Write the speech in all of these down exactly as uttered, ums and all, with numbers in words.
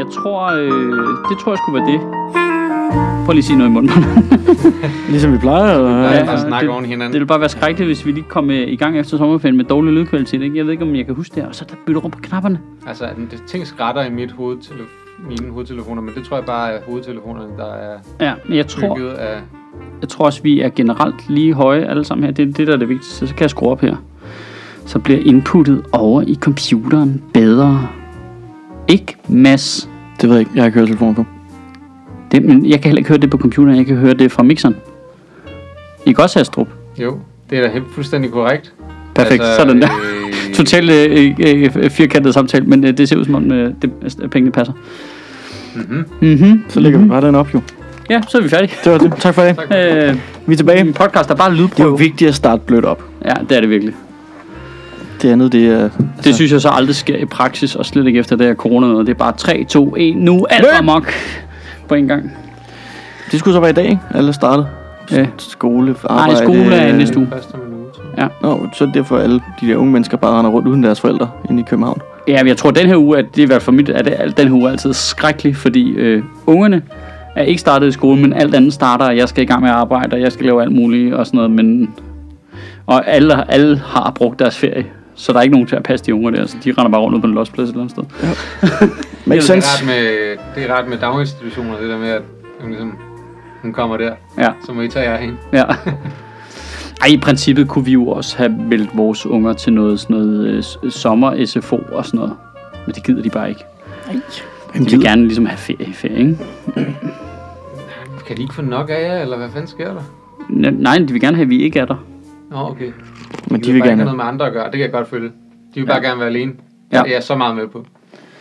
Jeg tror, øh, det tror jeg skulle være det. Prøv lige at sige noget i munden. Ligesom vi plejer, eller? Ja, Ja, ja, snakke det, oven hinanden. det vil bare være skrækkeligt, hvis vi lige kom øh, i gang efter sommerferien med dårlig lydkvalitet. Ikke? Jeg ved ikke, om jeg kan huske det, og så der bytter rundt på knapperne. Altså, det, ting skrætter i mit hovedtelefon, mine hovedtelefoner, men det tror jeg bare er hovedtelefonerne, der er Ja, men jeg tror, bygget af... jeg tror også, vi er generelt lige høje alle sammen her. Det er det, der er det vigtigste. Så kan jeg skrue op her. Så bliver inputtet over i computeren bedre. Ikke, Mads? Det ved jeg ikke. Jeg har ikke hørt telefonen på. Det, men jeg kan heller ikke høre det på computeren. Jeg kan høre det fra mixeren. I kan også have Astrup. Jo, det er da helt fuldstændig korrekt. Perfekt, altså, sådan der. Øh... Totalt øh, øh, firkantet samtale, men øh, det ser ud som om øh, det, øh, pengene passer. Mhm. Mhm. Så lægger vi bare den op, jo. Ja, så er vi færdige. Det var det. Tak for det. Tak for det. Øh, Vi er tilbage. en podcast er bare Det er jo lydprøve. vigtigt at starte blødt op. Ja, det er det virkelig. Det andet, det er... Altså, Det synes jeg så aldrig sker i praksis, og slet ikke efter det her corona noget. Det er bare tre, to, et, nu alt Løb! amok på en gang. det skulle så være i dag, ikke? Alle startet. Ja. Skole, Nej, arbejde... skole er i næste uge. Første minut. Nå, så er det derfor alle de der unge mennesker bare render rundt uden deres forældre inde i København. Ja, men jeg tror, at den her uge, at det er i hvert fald for mit, at det, den her uge er altid skrækkelig, fordi øh, ungerne er ikke startet i skole, men alt andet starter, og jeg skal i gang med at arbejde, og jeg skal lave alt muligt og sådan noget, men... Og alle, alle har brugt deres ferie, så der er ikke nogen til at passe de unger der, så de render bare rundt ud på en losplads et eller andet sted. Makes Det er, sense. ret med, det er ret med daginstitutioner, det der med, at hun, ligesom, hun kommer der, Ja, så må I tage jer hen. ja. Ej, i princippet kunne vi jo også have meldt vores unger til noget, sådan noget øh, sommer-S F O og sådan noget, men det gider de bare ikke. De vil gerne ligesom have ferie, ferie, ikke? Kan de ikke få nok af jer, eller hvad fanden sker der? N- Nej, de vil gerne have, at vi ikke er der. Nå, okay. Men De de vil vil bare ikke have gerne... noget med andre at gøre, det kan jeg godt følge. De vil bare Ja. gerne være alene. Ja. Ja. Det er jeg så meget med på.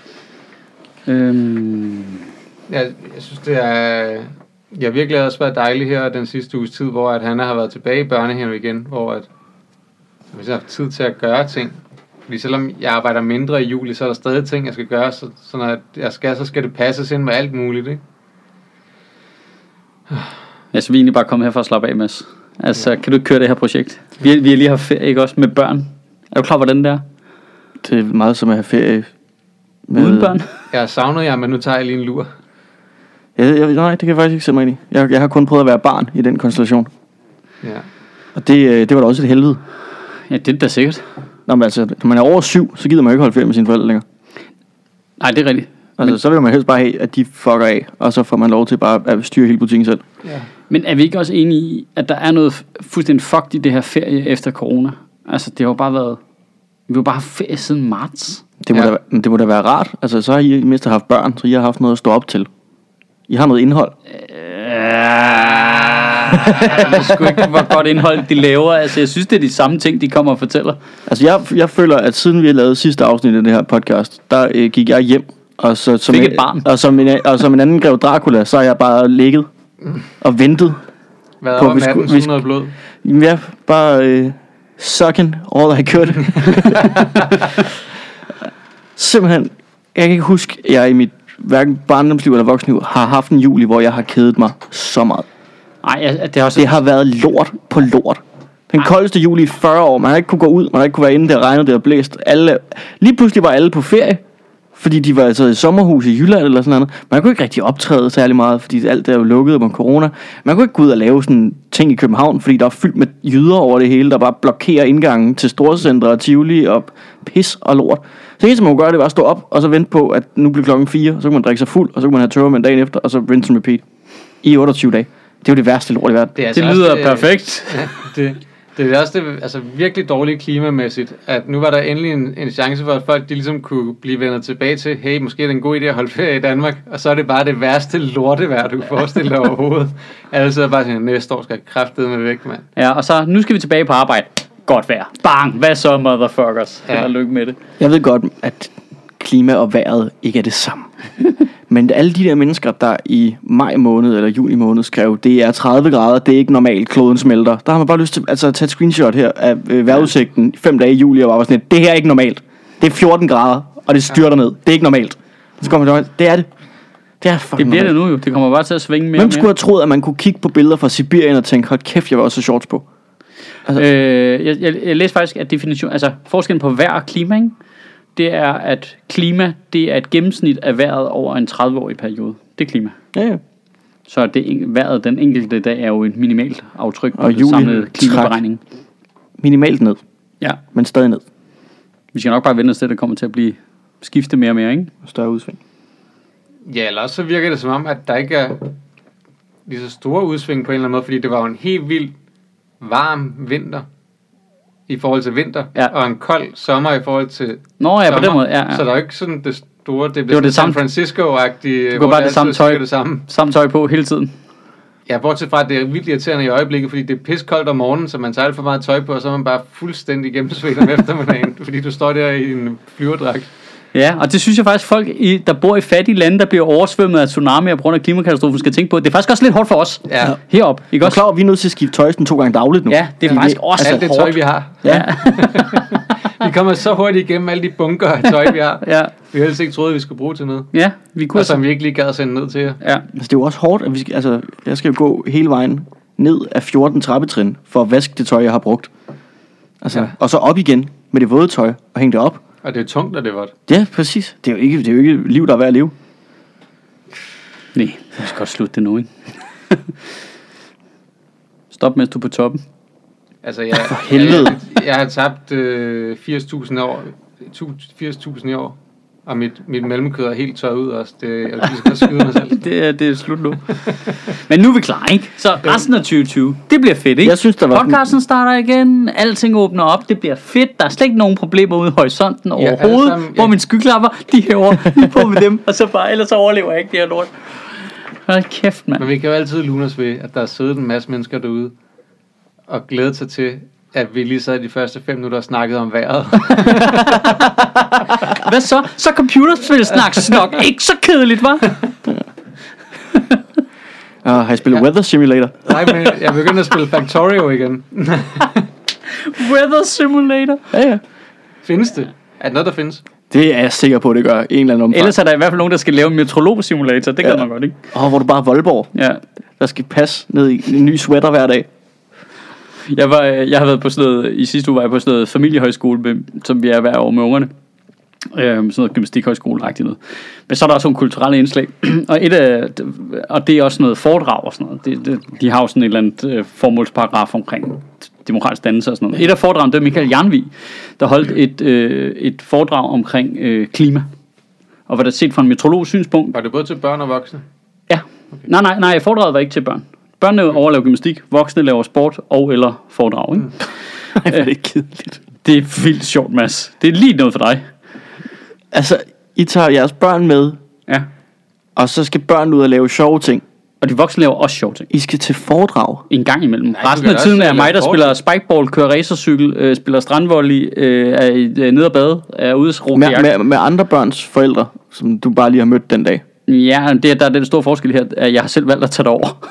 Øhm, Jeg, jeg synes, det er... Jeg har virkelig også været dejligt her den sidste uges tid, hvor at han har været tilbage i børnehaven igen, hvor at jeg har haft tid til at gøre ting. Fordi selvom jeg arbejder mindre i juli, så er der stadig ting, jeg skal gøre, så, så når jeg skal, så skal det passes ind med alt muligt, ikke? altså, vi er egentlig bare kommet her for at slappe af, Mads. Altså, ja. Kan du ikke køre det her projekt? Vi, vi har lige haft ferie, ikke også, med børn. Er du klar, hvordan det er? Det er meget som at have ferie med... Uden børn? Jeg har savnet jer, men nu tager jeg lige en lur. Jeg, jeg, nej, det kan jeg faktisk ikke sætte mig ind i. Jeg, jeg har kun prøvet at være barn i den konstellation. Ja. Og det, øh, det var da også et helvede. Ja, det er da sikkert. Nå, men altså, når man er over syv, så gider man jo ikke holde ferie med sine forældre længere. Nej, det er rigtigt. Altså, Men- så vil man helst bare have, at de fucker af, og så får man lov til bare at styre hele butikken selv. Ja. Men er vi ikke også enige i, at der er noget fuldstændig fucked i det her ferie efter corona? Altså, det har jo bare været... Vi har jo bare haft ferie siden marts. Det må, Ja. da, men det må da være rart. Altså, så har I mindst haft børn, så I har haft noget at stå op til. I har noget indhold. Jeg ved sgu ikke, hvor godt indhold de laver. Altså, jeg synes, det er de samme ting, de kommer og fortæller. Altså, jeg, jeg føler, at siden vi har lavet sidste afsnit af det her podcast, der øh, gik jeg hjem, og, så, som Fik en, et barn. og, som en, og som en anden grev Dracula, så har jeg bare ligget og ventet. Hvad På, er om vi skulle- natten, vi sådan noget blod? Jamen, jeg bare øh, sucking all I could. Simpelthen, jeg kan ikke huske, at jeg i mit hverken barndomsliv eller voksenliv har haft en juli, hvor jeg har kedet mig så meget. Nej, det er også... Det har været lort på lort. Den koldeste juli i fyrre år. Man har ikke kunne gå ud, man har ikke kunne være inde, det har regnet, det har blæst. Alle, lige pludselig var alle på ferie, fordi de var altså i sommerhus i Jylland eller sådan noget. Man kunne ikke rigtig optræde særlig meget, fordi alt det er jo lukket med corona. Man kunne ikke gå ud og lave sådan ting i København, fordi der er fyldt med jyder over det hele, der bare blokerer indgangen til storcentre og Tivoli og pis og lort. Så det eneste man kunne gøre, det var at stå op og så vente på, at nu blev klokken fire, og så kunne man drikke sig fuld, og så kunne man have tørremænd dagen efter, og så rinse and repeat i otteogtyve dage. Det er jo det værste lort i verden. Det, er Det altså lyder også, perfekt. Ja, det, det er også det, altså virkelig dårligt klimamæssigt, at nu var der endelig en, en chance for, at folk de ligesom kunne blive vendt tilbage til, hey, måske er det en god idé at holde ferie i Danmark, og så er det bare det værste lortevejr, du kan forestille dig overhovedet. Altså bare sådan, næste år skal jeg kraftedeme med væk, mand. Ja, og så nu skal vi tilbage på arbejde. Godt vejr. Bang! Hvad så, motherfuckers? Ja. Held og lykke med det. Jeg ved godt, at klima og vejret ikke er det samme. Men alle de der mennesker, der i maj måned eller juni måned skrev, det er tredive grader, det er ikke normalt, kloden smelter. Der har man bare lyst til altså, at tage et screenshot her af øh, vejrudsigten fem dage i juli, og bare var sådan lidt, det her er ikke normalt. Det er fjorten grader, og det styrter ned. Det er ikke normalt. Så kommer man, det er det. Det er fucking Det bliver det normalt. nu jo. Det kommer bare til at svinge mere Hvem og skulle mere. have troet, at man kunne kigge på billeder fra Sibirien og tænke, hold kæft, jeg var også så shorts på. Øh, jeg, jeg, jeg læste faktisk, at definition, altså forskellen på vejr og klima, ikke? det er, at klima, det er et gennemsnit af vejret over en tredive-årig periode. Det er klima. Ja, ja. Så det, vejret den enkelte dag er jo et minimalt aftryk på Og det juli samlede klimaberegning. Minimalt ned, Ja, men stadig ned. vi skal nok bare vente os til, at det kommer til at blive skifte mere og mere, ikke? Større udsving. Ja, eller også så virker det som om, at der ikke er lige så store udsving på en eller anden måde, fordi det var jo en helt vild varm vinter i forhold til vinter, Ja. og en kold sommer i forhold til Nå ja, sommer. på den måde, ja, ja. Så der er jo ikke sådan det store, det var bliver det sådan samme- San Francisco-agtigt, Du hvor går bare det det samme altid tøj. sker det samme. Samme tøj på hele tiden. Ja, bortset fra, at det er vildt irriterende i øjeblikket, fordi det er piskoldt om morgenen, så man tager alt for meget tøj på, og så er man bare fuldstændig gennemsvedt om eftermiddagen, fordi du står der i en flyverdragt. Ja, og det synes jeg faktisk, folk, i, der bor i fattige lande, der bliver oversvømmet af tsunami og på grund af klimakatastrofen, skal tænke på. Det er faktisk også lidt hårdt for os. Ja. Heroppe, ikke Jeg er også? klar over, at vi er nødt til at skifte tøj sådan to gange dagligt nu. Ja, det er Ja, faktisk det- også Alt det hårdt. tøj, vi har. Ja, Vi kommer så hurtigt igennem alle de bunker af tøj, vi har. ja, Vi har ellers ikke troet, at vi skulle bruge til noget. ja, vi kunne Og som vi ikke lige gad at sende ned til jer. Ja, Altså, det er jo også hårdt, at vi skal, altså, jeg skal jo gå hele vejen ned af fjorten trappetrin for at vaske det tøj, jeg har brugt. Altså, Ja. ja. Og så op igen med det våde tøj og hænge det op. Og det er tungt, og det er vådt. Ja, præcis. Det er jo ikke, det er jo ikke et liv, der er værd at leve. nej, vi skal godt slutte det nu, ikke? Stop, mens du er på toppen. Altså, jeg, For helvede. Jeg, jeg har tabt øh, firs tusind år, firs tusind i år, og mit, mit mellemkød er helt tørret ud også. Det, jeg vil lige så godt skyde mig selv. Det er, det er slut nu. Men nu er vi klar, ikke? Så resten af tyve tyve, det bliver fedt, ikke? Jeg synes, der var Podcasten starter igen, alting åbner op, det bliver fedt, der er slet ikke nogen problemer ude i horisonten alle overhovedet, sammen, ja. hvor mine skyklapper, de hæver lige på med dem, og så bare, ellers så overlever jeg ikke det her lort. Hold kæft, mand. Men vi kan jo altid lune os ved, at der er siddet en masse mennesker derude, og glæde sig til, at vi lige sad de første fem minutter og snakkede om vejret. Hvad så? Så computerspil snakkes nok ikke så kedeligt, hva'? Uh, har jeg spillet Ja. ja. Weather Simulator? Nej, men jeg begynder at spille Factorio igen. Weather Simulator. Ja, ja. Findes det? Er det noget, der findes? Det er jeg sikker på, at det gør en eller anden omfang. Ellers er der i hvert fald nogen, der skal lave en meteorolog-simulator, det kan Ja. man godt, ikke? Åh, hvor du bare er Voldborg, Ja. der skal passe ned i en ny sweater hver dag. Jeg, var, jeg har været på sådan noget, i sidste uge var jeg på sådan noget familiehøjskole, med, som vi er hver år med ungerne. Øhm, sådan noget gymnastikhøjskole-agtigt noget. Men så er der også nogle kulturelle indslag. og, et af, og det er også noget foredrag og sådan noget. Det, det, de har jo sådan et eller andet øh, formålsparagraf omkring demokratisk dannelse og sådan noget. Et af foredragene, det var Michael Jernvig, der holdt et, øh, et foredrag omkring øh, klima. Og hvad der set fra en meteorologs synspunkt. Var det både til børn og voksne? Ja. Okay. Nej, nej, nej, foredraget var ikke til børn. Børnene overlaver gymnastik, voksne laver sport og eller foredrag, ikke? Nej, hvor er det kedeligt. Det er vildt sjovt, Mads. Det er lige noget for dig. Altså, I tager jeres børn med, Ja. og så skal børn ud og lave sjove ting. Og de voksne laver også sjove ting. I skal til foredrag. En gang imellem. Nej, du Resten kan af da tiden også er lave mig, der sport. spiller spikeball, kører racercykel, øh, spiller strandvolley, øh, er i- øh, nede og bade, er ude at Med, med, med andre børns forældre, som du bare lige har mødt den dag. Ja, det, der er den store forskel her, at jeg har selv valgt at tage det over.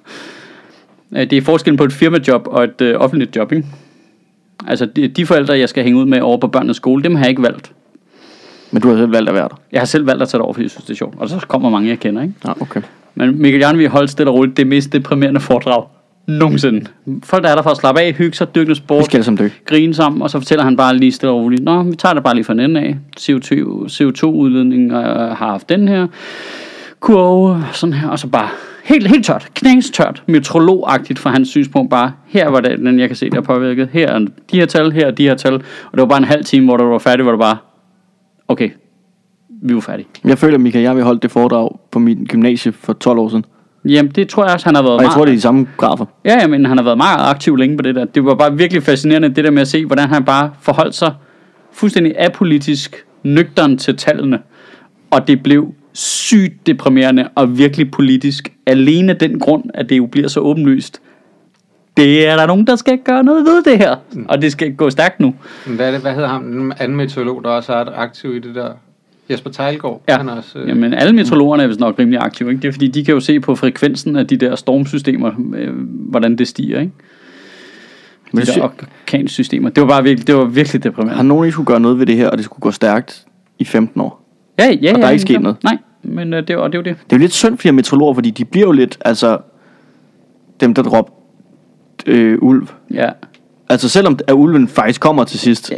Øh, det er forskellen på et firmajob og et øh, offentligt job, ikke? Altså, de, de forældre, jeg skal hænge ud med over på børnenes skole, dem har jeg ikke valgt. Men du har selv valgt at være der. Jeg har selv valgt at tage det over, fordi jeg synes, det er sjovt. Og så kommer mange, jeg kender, ikke? Ja, okay. Men Michael Jernvig holdt stille og roligt det mest deprimerende foredrag nogensinde. Folk, der er der for at slappe af, hygge sig, dyrke noget Vi sport, skal alle sammen dø. grine sammen, og så fortæller han bare lige stille og roligt, nå, vi tager det bare lige fra en ende af. C O to udledning øh, har haft den her kurve, sådan her, og så bare helt, helt tørt, knæstørt, meteorologagtigt fra hans synspunkt bare, her var det, den jeg kan se, der er påvirket, her er de her tal, her er de her tal, og det var bare en halv time, hvor du var færdig, hvor du bare, okay, vi var færdige. Jeg føler, at Michael Jernvig holdt det foredrag på min gymnasie for tolv år siden. Jamen, det tror jeg også, han har været Og jeg meget... tror, det er de samme grafer. Ja, ja, men han har været meget aktiv længe på det der. Det var bare virkelig fascinerende, det der med at se, hvordan han bare forholdt sig fuldstændig apolitisk, nøgtern til tallene. Og det blev sygt deprimerende og virkelig politisk. Alene den grund, at det jo bliver så åbenlyst. Det er der nogen, der skal gøre noget ved det her. Og det skal gå stærkt nu. Men hvad, er det, hvad hedder ham, den anden meteorolog, der også er aktiv i det der? Jesper Teilgaard. Ja, Han er også, øh, jamen alle meteorologerne er vist nok rimelig aktive, ikke? Det er fordi, de kan jo se på frekvensen af de der stormsystemer, øh, hvordan det stiger, ikke? De Men der sy- orkansystemer. Det var bare virkelig, det var virkelig deprimerende. Har nogen ikke skulle gøre noget ved det her, og det skulle gå stærkt i femten år? Ja, ja, Og der er ja, ikke sket ja. noget? Nej, men øh, det, var, det var det. Det er jo lidt synd for de her meteorologer, fordi de bliver jo lidt, altså, dem der dropper øh, ulv. Ja. Altså selvom at ulven faktisk kommer til sidst.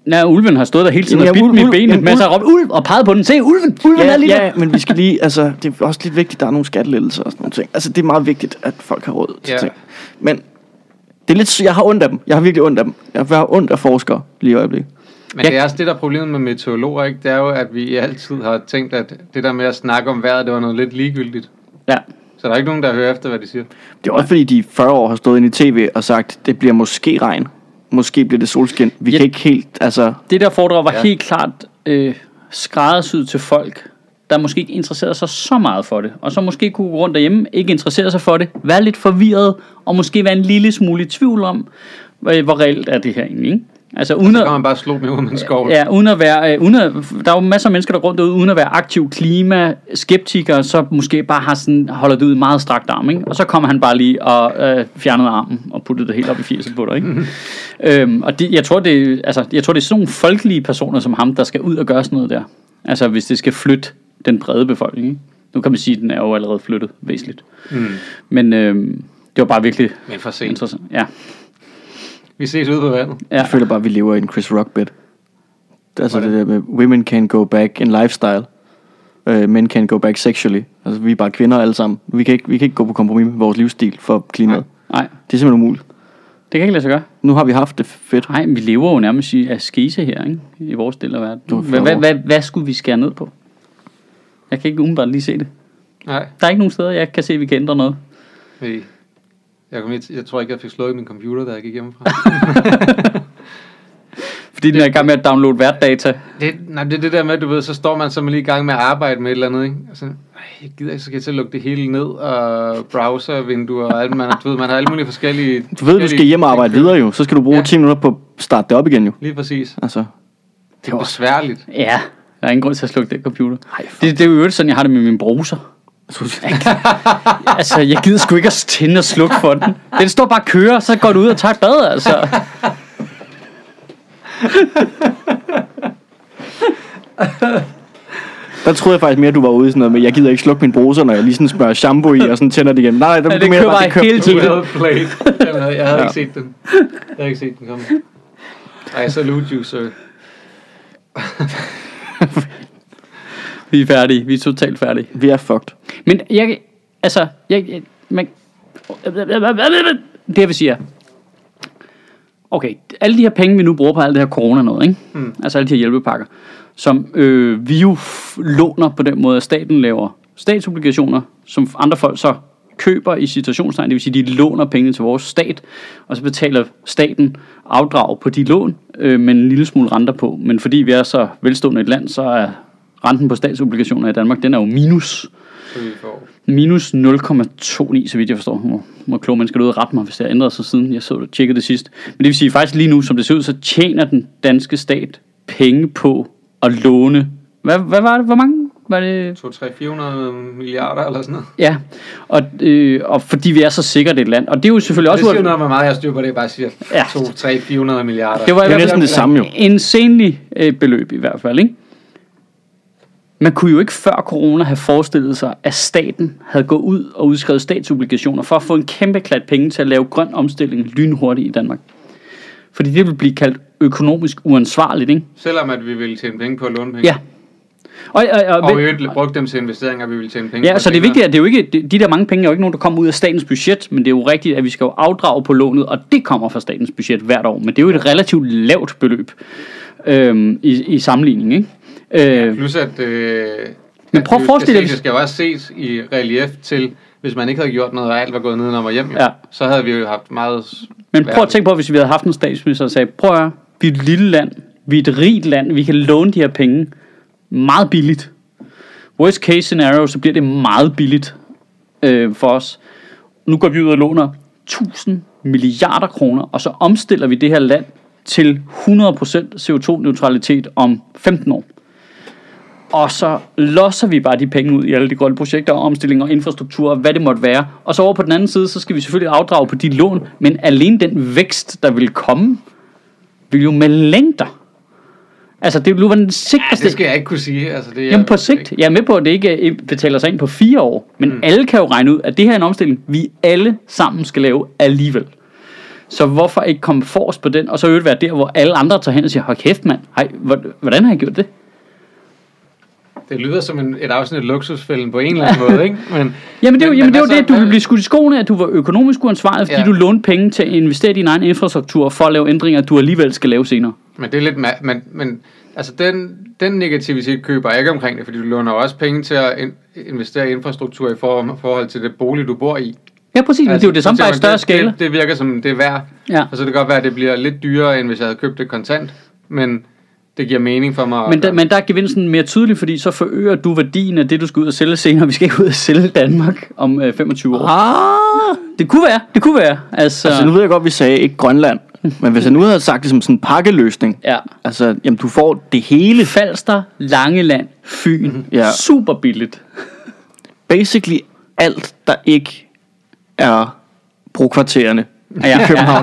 Nej, ulven har stået der hele tiden Jamen, og ja, bidt ul- med ul- benet, jamen, mens ul- jeg råbte ulv og pegede på den. Se, ulven! Ulven Ja, er lige ja, der. men vi skal lige, altså, det er også lidt vigtigt, der er nogle skattelettelser og sådan nogle ting. Altså, det er meget vigtigt, at folk har råd til Ja. ting. Men det er lidt, jeg har ondt af dem. Jeg har virkelig ondt af dem. Jeg har ondt af forskere lige i øjeblikket. Men Jeg- det er også det, der er problemet med meteorologer, ikke? Det er jo, at vi altid har tænkt, at det der med at snakke om vejret, det var noget lidt ligegyldigt. Ja. Så der er ikke nogen, der hører efter, hvad de siger. Det er også fordi, de i fyrre år har stået inde i tv og sagt, det bliver måske regn. Måske bliver det solskin. Vi Ja. kan ikke helt, altså... Det der foredrag var Ja. helt klart øh, skræddersyet til folk, der måske ikke interesserede sig så meget for det, og så måske kunne gå rundt derhjemme, ikke interessere sig for det, være lidt forvirret, og måske være en lille smule i tvivl om, hvor, hvor reelt er det her egentlig, ikke? Altså uden Så at, kan man bare slå med ud med en skov. ja, uden at være, øh, uden at, der er jo masser af mennesker, der går rundt derude, uden at være aktiv klimaskeptikere, så måske bare har sådan, holder det ud i meget strakt arm, ikke? Og så kommer han bare lige og øh, fjernede armen, og puttede det helt op i firset på dig, ikke? øhm, og det, jeg tror, det, altså, jeg tror, det er sådan nogle folkelige personer som ham, der skal ud og gøre sådan noget der. Altså, hvis det skal flytte den brede befolkning, ikke? Nu kan man sige, at den er jo allerede flyttet væsentligt. Mm. Men øhm, det var bare virkelig Men for sent. interessant. Ja. Vi ses ude på vandet. Ja. Jeg føler bare, at vi lever i en Chris Rock-bed. Det er altså Hvordan? det der med, women can go back in lifestyle. Uh, men can go back sexually. Altså, vi er bare kvinder alle sammen. Vi kan ikke, vi kan ikke gå på kompromis med vores livsstil for klimaet. Nej, Det er simpelthen umuligt. det kan ikke lade sig gøre. Nu har vi haft det fedt. Nej, vi lever jo nærmest i askese her, ikke? I vores del af verden. Du er Hvad, hvad, hvad, hvad skulle vi skære ned på? Jeg kan ikke umiddelbart lige se det. Nej, Der er ikke nogen steder, jeg kan se, at vi kan ændre noget. vi... Jeg, kom lidt, jeg tror ikke, jeg fik slukket min computer, da jeg gik hjemmefra. Fordi den er i gang med at downloade hvert data. Det, nej, det er det der med, du ved, så står man så lige i gang med at arbejde med et eller andet, ikke? Altså, ej, jeg gider ikke, så kan jeg til at lukke det hele ned, og browservinduer og alt, man, du ved, man har alle mulige forskellige... Du ved, du skal hjem og arbejde videre jo. Så skal du bruge Ja. ti minutter på at starte det op igen jo. Lige præcis. Altså, Det er besværligt. Ja, der er ingen grund til at slukke den computer. Ej, fuck. det, det er jo øvrigt sådan, jeg har det med min bruser. Altså, jeg gider sgu ikke at tænde og slukke for den. Den står bare og kører, så går du ud og tager et bad, altså. der troede jeg faktisk mere, at du var ude i sådan noget med, jeg gider ikke slukke min bruser, når jeg lige sådan smører shampoo i, og sådan tænder det igen. Nej, der, Ja, du det mener kører bare hele Du tiden. havde played. Jeg havde, jeg havde Ja. ikke set den. Jeg havde ikke set den komme. I salute you, sir. Vi er færdige, vi er totalt færdige. Vi er fucked. Men jeg, altså, jeg, jeg man, det jeg vil sige er, okay, alle de her penge, vi nu bruger på alt det her corona noget, ikke? Mm. Altså alle de her hjælpepakker, som øh, vi jo f- låner på den måde, at staten laver statsobligationer, som andre folk så køber i situationstegn, det vil sige, de låner penge til vores stat, og så betaler staten afdrag på de lån, øh, med en lille smule renter på. Men fordi vi er så velstående et land, så er renten på statsobligationer i Danmark, den er jo minus. Så vi får... Minus nul komma to ni, så vidt jeg forstår. Må, må kloge mennesker ud og rette mig, hvis det har ændret sig siden jeg så det tjekkede det sidst. Men det vil sige, faktisk lige nu, som det ser ud, så tjener den danske stat penge på at låne. Hvad, hvad var det? Hvor mange? Var det? to, tre, fire hundrede milliarder eller sådan noget. Ja, og, øh, og fordi vi er så sikkert et land. Og det er jo selvfølgelig Det også... siger noget med meget, jeg styr på det, jeg bare siger Ja. to, tre, fire hundrede milliarder. Det var i Det er hvert næsten fald det samme jo. en senlig øh, beløb i hvert fald, ikke? Man kunne jo ikke før corona have forestillet sig, at staten havde gået ud og udskrevet statsobligationer for at få en kæmpe klat penge til at lave grøn omstilling lynhurtigt i Danmark. Fordi det vil blive kaldt økonomisk uansvarligt, ikke? Selvom at vi ville tjene penge på at låne penge. Ja. Og, og, og, Og vi ville bruge dem til investeringer, vi ville tjene penge ja, på. så det er vigtigt, at det er jo ikke, de de der mange penge er jo ikke nogen, der kommer ud af statens budget, men det er jo rigtigt, at vi skal jo afdrage på lånet, og det kommer fra statens budget hvert år. Men det er jo et relativt lavt beløb øhm, i, i sammenligning, ikke? Øh, Plus at... Øh, Men prøv at du forestille skal dig, se, det skal jo også ses i relief til, hvis man ikke havde gjort noget, og alt var gået nedenom og hjem, jo, Ja. så havde vi jo haft meget... Men prøv at tænke på, hvis vi havde haft en statsminister, der sagde, prøv at høre, vi er et lille land, vi er et rigt land, vi kan låne de her penge meget billigt. Worst case scenario, så bliver det meget billigt øh, for os. Nu går vi ud og låner tusind milliarder kroner, og så omstiller vi det her land til hundrede procent C O to neutralitet om femten år. Og så losser vi bare de penge ud i alle de grønne projekter og omstillinger og infrastruktur, hvad det måtte være. Og så over på den anden side, så skal vi selvfølgelig afdrage på de lån, men alene den vækst, der vil komme, vil jo med længder. Altså, det vil jo være den Ja, sikreste... det skal jeg ikke kunne sige. Altså, det er, Jamen på sigt, jeg er med på, at det ikke betaler sig ind på fire år, men mm. alle kan jo regne ud, at det her er en omstilling, vi alle sammen skal lave alligevel. Så hvorfor ikke komme forrest på den, og så øvrigt være der, hvor alle andre tager hen og siger, hold kæft mand, hej, hvordan har jeg gjort det? Det lyder som en, et afsnit af Luksusfælden på en eller anden måde, ikke? Men, jamen det, men, jamen, det var altså, det, du ville blive skudt i skoene, at du var økonomisk uansvarlig, fordi ja. du lånte penge til at investere i din egen infrastruktur for at lave ændringer, du alligevel skal lave senere. Men det er lidt... Ma- men, men altså, den, den negativitet køber jeg ikke omkring det, fordi du låner også penge til at in- investere i infrastruktur i for- forhold til det bolig, du bor i. Ja, præcis, men altså, det er jo det samme, bare i større det, skala. Det, det virker som, det er værd. Ja. Og så det kan godt være, at det bliver lidt dyrere, end hvis jeg havde købt det kontant. Men det giver mening for mig. Men der, men der er gevinsten mere tydelig, fordi så forøger du værdien af det, du skal ud og sælge senere. Vi skal ikke ud og sælge Danmark om øh, femogtyve år. Ah! Det kunne være, det kunne være. Altså, Altså nu ved jeg godt, vi sagde ikke Grønland. Men hvis jeg nu havde sagt det som sådan en pakkeløsning. ja. Altså, jamen du får det hele. Falster, Langeland, Fyn. Mm-hmm. Ja. Super billigt. Basically alt, der ikke er brokvartererne Ja, ja. i København.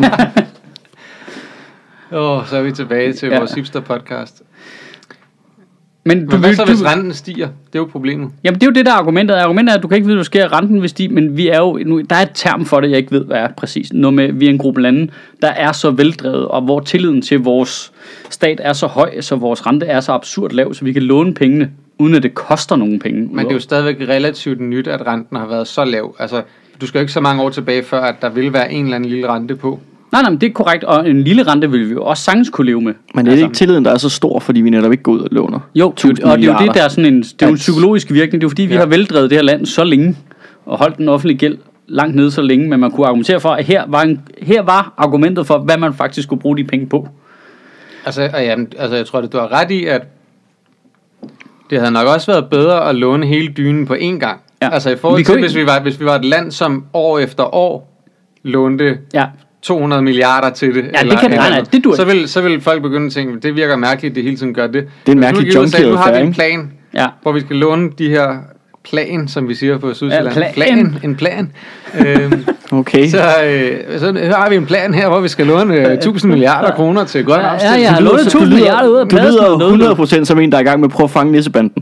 Åh, oh, så er vi tilbage til Ja. vores hipster-podcast. Men, du, Men hvad vil- så, du, hvis renten stiger? Det er jo problemet. Jamen det er jo det der argumentet. Argumentet er, at du kan ikke vide, hvad der sker. Renten vil stige, men vi er jo, nu, der er et term for det, jeg ikke ved, hvad er præcis. Noget med, vi er en gruppe lande, der er så veldrevet, og hvor tilliden til vores stat er så høj, så vores rente er så absurd lav, så vi kan låne pengene, uden at det koster nogen penge. Men det er jo stadigvæk relativt nyt, at renten har været så lav. Altså, du skal jo ikke så mange år tilbage, før at der vil være en eller anden lille rente på. Nej, nej, men det er korrekt, og en lille rente vil vi jo også sagtens kunne leve med. Men det er ikke tilliden, der er så stor, fordi vi netop ikke går ud og låner. Jo, tusind og det er jo det, milliarder. der er sådan en, det er jo en psykologisk virkning. Det er jo fordi, vi Ja. har veldrevet det her land så længe, og holdt den offentlige gæld langt nede så længe, men man kunne argumentere for, at her var, en, her var argumentet for, hvad man faktisk skulle bruge de penge på. Altså, og jamen, altså, jeg tror, at du har ret i, at det havde nok også været bedre at låne hele dynen på én gang. Ja. Altså i forhold Vi til, kunne hvis ikke- vi, var, hvis vi var et land, som år efter år lånte Ja, to hundrede milliarder til det. Ja, det kan det- nej, nej, det duer så vil, så vil folk begynde at tænke, det virker mærkeligt, at det hele tiden gør det. Det er en Hvis mærkelig du gik ud og sagde, nu har vi en junkie-adfærd, plan, ja. hvor vi skal låne de her plan, som vi siger på Sydsjælland. Ja, plan. En plan. øhm, Okay. så, øh, så har vi en plan her, hvor vi skal låne øh, tusind milliarder kroner til grøn Ja, omstilling. ja, Du lyder- lånet du tusind lyder- milliarder ud af Du pladsen lyder og noget. hundrede procent som en, der er i gang med at prøve at fange nissebanden.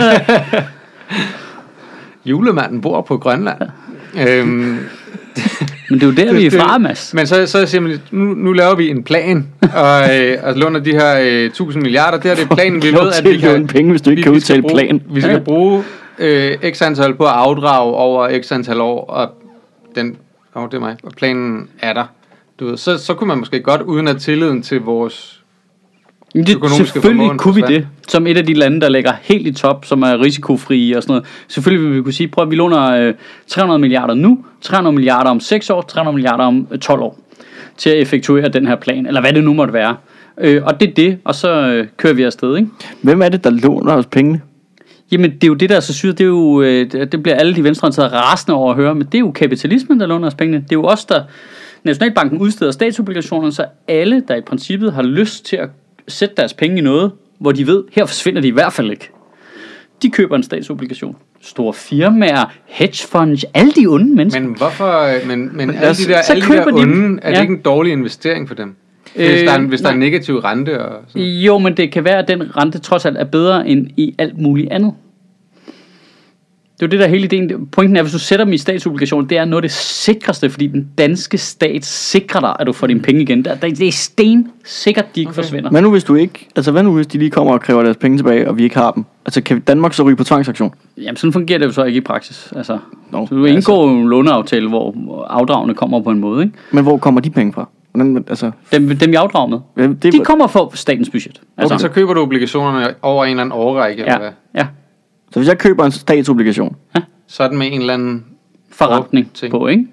Julemanden bor på Grønland. øhm, Men det er jo der, vi er det- fra, Mads. Men så, så siger man, nu, nu laver vi en plan, og, øh, og låner de her øh, tusind milliarder. Det her det er planen, vi Lov ved, at til vi at kan, låne penge, hvis du ikke vi, kan vi skal udtale bruge, plan. Vi skal Ja. bruge øh, x antal på at afdrage over x antal år, og den, oh, det er mig, og planen er der. Du ved, så, så kunne man måske godt, uden at tilliden til vores... Men det, økonomiske selvfølgelig formåen kunne vi forsvandt. det, som et af de lande, der ligger helt i top, som er risikofrie og sådan noget. Selvfølgelig vil vi kunne sige, prøv at vi låner øh, tre hundrede milliarder nu, tre hundrede milliarder om seks år, tre hundrede milliarder om øh, tolv år, til at effektuere den her plan, eller hvad det nu måtte være. Øh, og det er det, og så øh, kører vi afsted, ikke? Hvem er det, der låner os pengene? Jamen, det er jo det, der er så sygt. Det, er jo, øh, det det bliver alle de venstreorienterede rasende over at høre, men det er jo kapitalismen, der låner os pengene. Det er jo os, der... Nationalbanken udsteder statsobligationer, så alle, der i princippet har lyst til at sætte deres penge i noget, hvor de ved, her forsvinder de i hvert fald ikke. De køber en statsobligation. Store firmaer, hedgefonds, alle de onde mennesker. Men hvorfor... øh, Men, men alle altså, de der, så alle de der køber de dem. onde, er det Ja. ikke en dårlig investering for dem? Hvis, Øh, der, er, en- hvis der er nej. negativ rente og sådan. Jo, men det kan være, at den rente trods alt er bedre end i alt muligt andet. Det er jo det, der er hele ideen. Pointen er, hvis du sætter dem i statsobligationer, det er noget af det sikreste, fordi den danske stat sikrer dig, at du får dine penge igen. Det er, det er stensikkert, de ikke okay. forsvinder. Hvad nu hvis du ikke, altså hvad nu hvis de lige kommer og kræver deres penge tilbage, og vi ikke har dem? Altså kan Danmark så ryge på tvangsaktion? Jamen, sådan fungerer det jo så ikke i praksis. Altså, Nå, så du indgår jo en låneaftale, hvor afdragene kommer på en måde, ikke? Men hvor kommer de penge fra? Hvordan, altså, Dem, dem jeg afdrager med, ja, det, de kommer fra statens budget. Altså, så køber du obligationerne over en eller anden årrække, ja, eller hvad? ja, så hvis jeg køber en statsobligation, Så er den med en eller anden... forretning ting. på, ikke?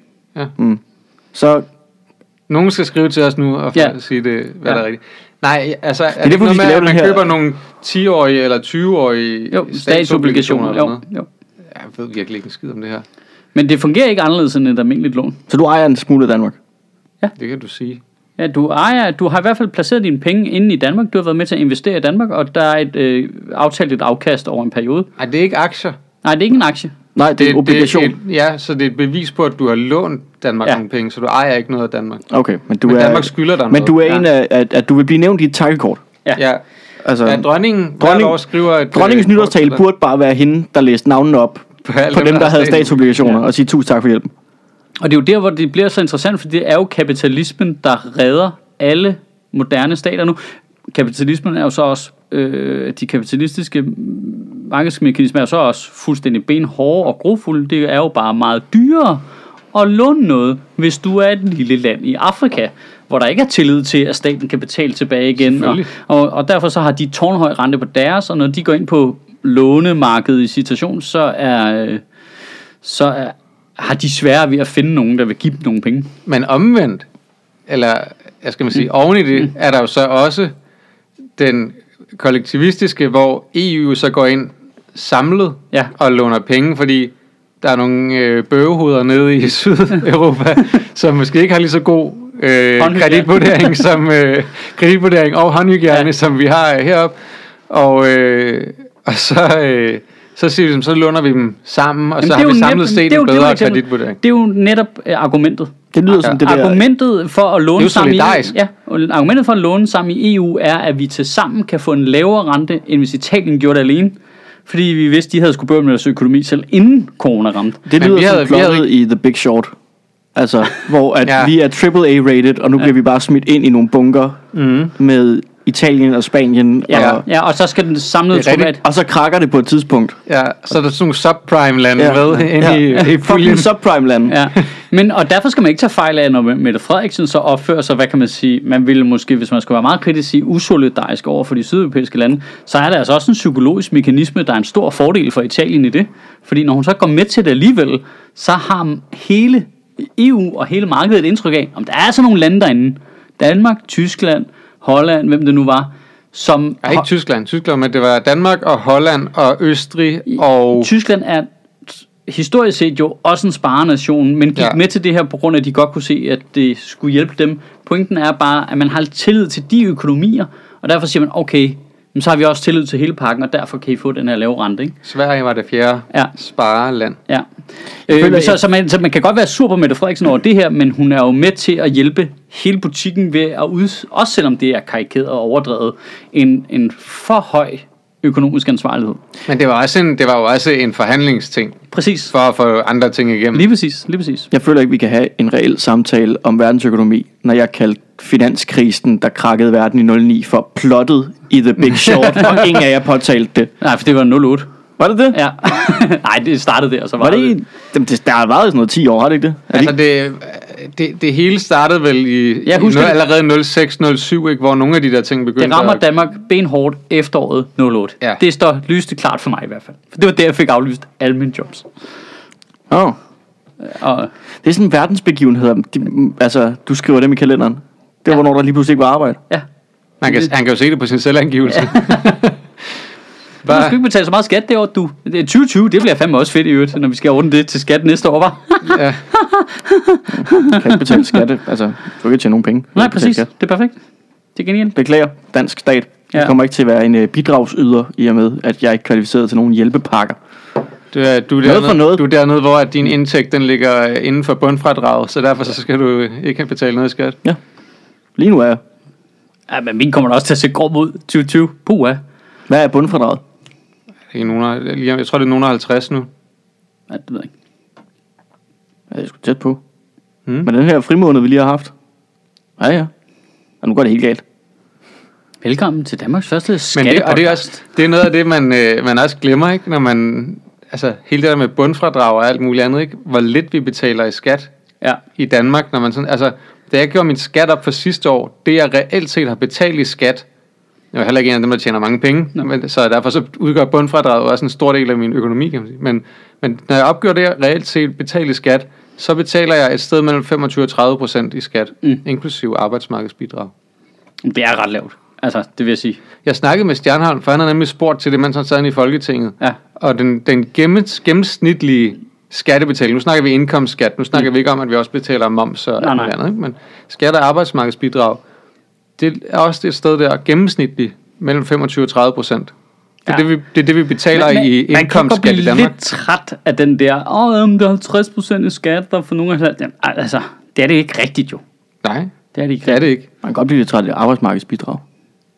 så Nogen skal skrive til os nu og Ja. ja. sige, det, hvad Ja. der er rigtigt. Nej, altså, er det, derfor, ikke vi noget skal med, lave at man den her- køber nogle ti-årige eller tyve-årige Jo, statsobligationer. eller Jo, noget? jo. Jeg ved virkelig ikke en skid om det her. Men det fungerer ikke anderledes end et almindeligt lån. så du ejer en smule af Danmark? Det kan du sige. Ja, du ejer, du har i hvert fald placeret dine penge inde i Danmark. Du har været med til at investere i Danmark, og der er et øh, aftalt et afkast over en periode. Nej, det er ikke aktier. Nej, det er ikke en aktie. Nej, det er en obligation. Det er et, ja, så det er et bevis på, at du har lånt Danmark Ja. ja. nogle penge, så du ejer ikke noget af Danmark. Okay, men du Men er, Danmark skylder dig men noget. du er Ja. en af, at, at du vil blive nævnt i et takkekort. Ja. Ja, Altså, ja dronningen Dronning- Dronning, år skriver et... dronningens øh, nytårstale kort- burde bare være hende, der læste navnene op på, alle på dem, der havde statsobligationer. statsobligationer, og sige tusind tak for hjælpen. Og det er jo der, hvor det bliver så interessant, for det er jo kapitalismen, der redder alle moderne stater nu. Kapitalismen er jo så også, øh, de kapitalistiske markedsmekanismer er jo så også fuldstændig benhårde og grofulde. Det er jo bare meget dyrere at låne noget, hvis du er et lille land i Afrika, hvor der ikke er tillid til, at staten kan betale tilbage igen. Og, og, og derfor så har de tårnhøj rente på deres, og når de går ind på lånemarkedet i citation, så er, øh, så er, har de svære ved at finde nogen, der vil give dem nogle penge. Men omvendt, eller jeg skal man sige, mm. oven i det, mm. er der jo så også den kollektivistiske, hvor E U så går ind samlet ja. og låner penge, fordi der er nogle øh, bøvehoveder nede i Sydeuropa, som måske ikke har lige så god øh, kreditvurdering, som øh, kreditvurdering og håndhygiejne, ja. som vi har heroppe. Og, øh, og så, øh, så siger vi, så låner vi dem sammen, og jamen, så har vi samlet set en bedre kreditvurdering. Det er jo netop øh, argumentet. Det lyder ja. som det der. Argumentet for at låne sammen i, ja, argumentet for at låne sammen i E U er, at vi til sammen kan få en lavere rente, end hvis Italien gjorde det alene. Fordi vi vidste, de havde skulle bøge med deres økonomi selv inden corona ramte. Det lyder som havde, plottet havde... i The Big Short. Altså, hvor at ja. vi er triple A-rated, og nu ja. bliver vi bare smidt ind i nogle bunker mm. med Italien og Spanien. Ja, og, ja, og så skal den samlede tomat. Og så krakker det på et tidspunkt. Ja, så er der sådan nogle subprime-lande ja. med ja. inde ja. i, i puljen. Subprime-lande. Ja. Men, og derfor skal man ikke tage fejl af, når Mette Frederiksen så opfører sig, hvad kan man sige, man ville måske, hvis man skulle være meget kritisk, sige usolidarisk over for de sydeuropæiske lande, så er der altså også en psykologisk mekanisme, der er en stor fordel for Italien i det. Fordi når hun så går med til det alligevel, så har hele E U og hele markedet et indtryk af, om der er sådan nogle lande derinde, Danmark, Tyskland, Holland, hvem det nu var, som... Ja, ikke Tyskland. Tyskland, men det var Danmark og Holland og Østrig og... Tyskland er historisk set jo også en sparenation, men gik ja. med til det her på grund af, at de godt kunne se, at det skulle hjælpe dem. Pointen er bare, at man har tillid til de økonomier, og derfor siger man, okay, men så har vi også tillid til hele pakken, og derfor kan I få den her lave rente, ikke? Sverige var det fjerde ja. spareland. Ja. Øh, så, så, man, så man kan godt være sur på Mette Frederiksen over det her, men hun er jo med til at hjælpe hele butikken ved at ud, også selvom det er karikeret og overdrevet, en, en for høj økonomisk ansvarlighed. Men det var, også en, det var jo også en forhandlingsting. Præcis. For at få andre ting igennem. Lige præcis, lige præcis. Jeg føler ikke, vi kan have en reel samtale om verdensøkonomi, når jeg kaldte finanskrisen, der krakkede verden i nul ni, for plottet i The Big Short, og ingen af jer påtalte det. Nej, for det var nul otte. Var det det? Ja. Nej, det startede der, så var, var det... det, det der har været sådan noget ti år, har det ikke det? Er altså, det, det, det hele startede vel i, jeg husker, i noget, allerede nul seks nul syv, ikke, hvor nogle af de der ting begyndte. Det rammer at... Danmark benhårdt efteråret nul otte. Ja. Det står lyste klart for mig i hvert fald. For det var der, jeg fik aflyst alle mine jobs. Åh. Oh. Og... Det er sådan en verdensbegivenhed. De, altså, du skriver dem i kalenderen. Det var, ja. hvornår der lige pludselig ikke var arbejde. Ja. Man kan, han kan jo se det på sin selvangivelse. Ja. Du skal ikke betale så meget skat det år, du. Det er tyve tyve, det bliver fandme også fedt i øvrigt, når vi skal ordne det til skat næste år, var. Ja. Du kan ikke betale skat, altså, du kan ikke tjene nogen penge. Nej, præcis. Det er perfekt. Det er genialt. Beklager, dansk stat. Ja. Jeg kommer ikke til at være en uh, bidragsyder i og med, at jeg ikke er kvalificeret til nogen hjælpepakker. Du er, du, er dernede, noget. du er dernede, hvor at din indtægt den ligger inden for bundfradraget, så derfor så skal du ikke have betalt noget skat. Ja, lige nu er jeg. Ja, men min kommer da også til at se grov ud tyve tyve. Puh, ja. Hvad er bundfradraget? Det er nogen, jeg tror, det er nogen halvtreds nu. Ja, det ved jeg ikke. Ja, jeg er sgu tæt på. Hmm. Men den her frimåned, vi lige har haft. Ja, ja. Og nu går det helt galt. Velkommen til Danmarks første skattepodcast. Men det, det, er også, det er noget af det, man, øh, man også glemmer, ikke? Når man... Altså, hele det der med bundfradrag og alt muligt andet, ikke? Hvor lidt vi betaler i skat ja. i Danmark, når man sådan... Altså, da jeg gjorde min skat op for sidste år, det jeg reelt set har betalt i skat, jeg er heller ikke en af dem, der tjener mange penge, men, så derfor så udgør bundfradraget også en stor del af min økonomi, kan man sige. Men, men når jeg opgør det, jeg reelt set betaler i skat, så betaler jeg et sted mellem femogtyve og tredive procent i skat, mm. inklusive arbejdsmarkedsbidrag. Det er ret lavt, altså det vil jeg sige. Jeg snakkede med Stjernholm, for han har nemlig spurgt til det, mens han sad i Folketinget. Ja. Og den, den gennemsnitlige skattebetaling, nu snakker vi indkomstskat, nu snakker mm. vi ikke om, at vi også betaler moms og alt andet, ikke? Men skat og arbejdsmarkedsbidrag, det er også et sted der gennemsnitligt mellem femogtyve og tredive procent. Det er, ja. det, vi, det er det, vi betaler men, i indkomstskat i Danmark. Man kan lidt træt af den der, åh, oh, der er halvtreds procent i skat, der for nogle af dem. Altså, det er det ikke rigtigt jo. Nej, det er det ikke. Det er det ikke. Man kan godt blive lidt træt af arbejdsmarkedsbidrag.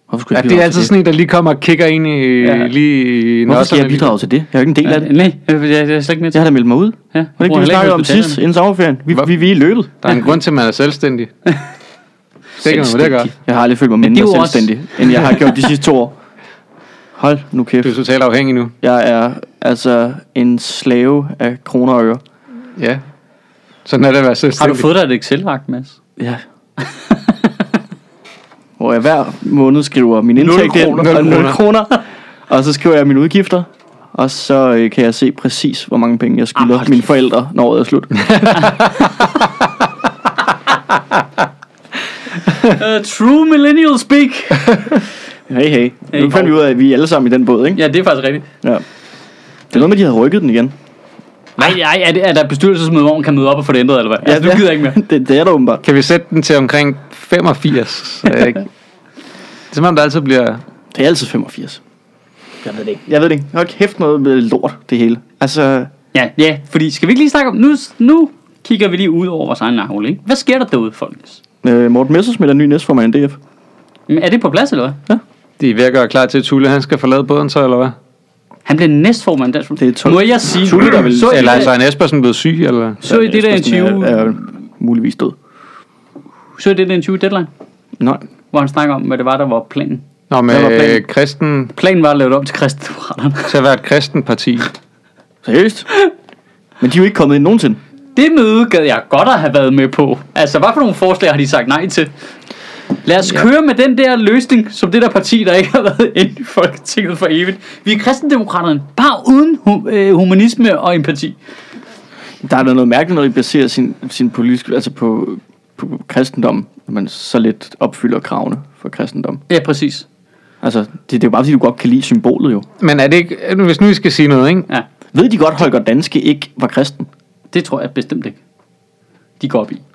Hvorfor skulle Ja, jeg det er bidrage altid til sådan en, der lige kommer og kigger ind i Ja. lige i Hvorfor skal jeg nosserne. bidrage til det? Jeg er jo ikke en del af det. Nej, jeg, jeg, jeg er slet ikke med til. Jeg har da meldt mig ud. Ja, Var det ikke det, vi snakkede om sidst, inden sommerferien? Vi, vi, vi er i løbet. Der er en grund til, at man er selvstændig. Det kan man med det gøre. Jeg har aldrig følt mig Men det er mindre jo også- selvstændig, end jeg har gjort de sidste to år. Hold nu kæft. Du er totalt afhængig nu. Jeg er altså en slave af kroner og øre. Ja. Sådan er det at være Har selvstændig. du fået dig et Excel-ark, Mads? Ja. Hvor jeg hver måned skriver min indtægt ind, kroner. og Nul nul kroner. Og så skriver jeg mine udgifter. Og så øh, kan jeg se præcis, hvor mange penge jeg skylder Ah, mine forældre, når året er slut. Uh, true millennial speak. Hey, hey. Nu Hey. fandt vi ud af, at vi er alle sammen i den båd, ikke? Ja, det er faktisk rigtigt. Ja. Det er noget med, at de havde rykket den igen. Nej, nej, er, det, er der bestyrelsesmøde, hvor man kan møde op og få det ændret, eller hvad? Ja, altså, du gider ikke mere. det, det er der åbenbart. Kan vi sætte den til omkring femogfirs? Så jeg ikke- Det er som om, der altid bliver... Det er altid femogfirs. Jeg ved det ikke. Jeg ved det ikke. Hold kæft noget med lort, det hele. Altså, Ja, ja, fordi skal vi ikke lige snakke om... Nu, nu kigger vi lige ud over vores egen navle, ikke? Hvad sker der derude, folkens? øh, Morten Messerschmidt er ny næstformand i D F. Men er det på plads, eller hvad? De er ved at gøre klar til, at Tulle han skal forlade båden så, eller hvad? Han bliver næstformand der. Det er tolv. Må jeg sige... Tulle, der vil- så, I Eller er det, Søren Espersen blevet syg, eller hvad? så I det der Espersen interview... Er, er muligvis død. Så I det der interview i Deadline, Nej. hvor han snakker om, hvad det var, der var planen. Nå, Hvad var med planen? øh, kristen... Planen var at lave det om til kristendemokraterne. til at være et kristen parti. Seriøst? Men de er jo ikke kommet ind nogensinde. Det møde gad jeg godt at have været med på. Altså, hvad for nogle forslag har de sagt nej til? Lad os ja. køre med den der løsning, som det der parti, der ikke har været inde i Folketinget for evigt. Vi er kristendemokraterne, bare uden hu- øh, humanisme og empati. Der er da noget mærkeligt, når de baserer sin, sin politiske, altså på, på kristendom, når man så lidt opfylder kravene for kristendom. Ja, præcis. Altså, det, det er jo bare, fordi du godt kan lide symbolet jo. Men er det ikke... Hvis nu vi skal sige noget, ikke? Ja, Ved de godt, Holger Danske ikke var kristen? det tror jeg bestemt ikke. De går op i.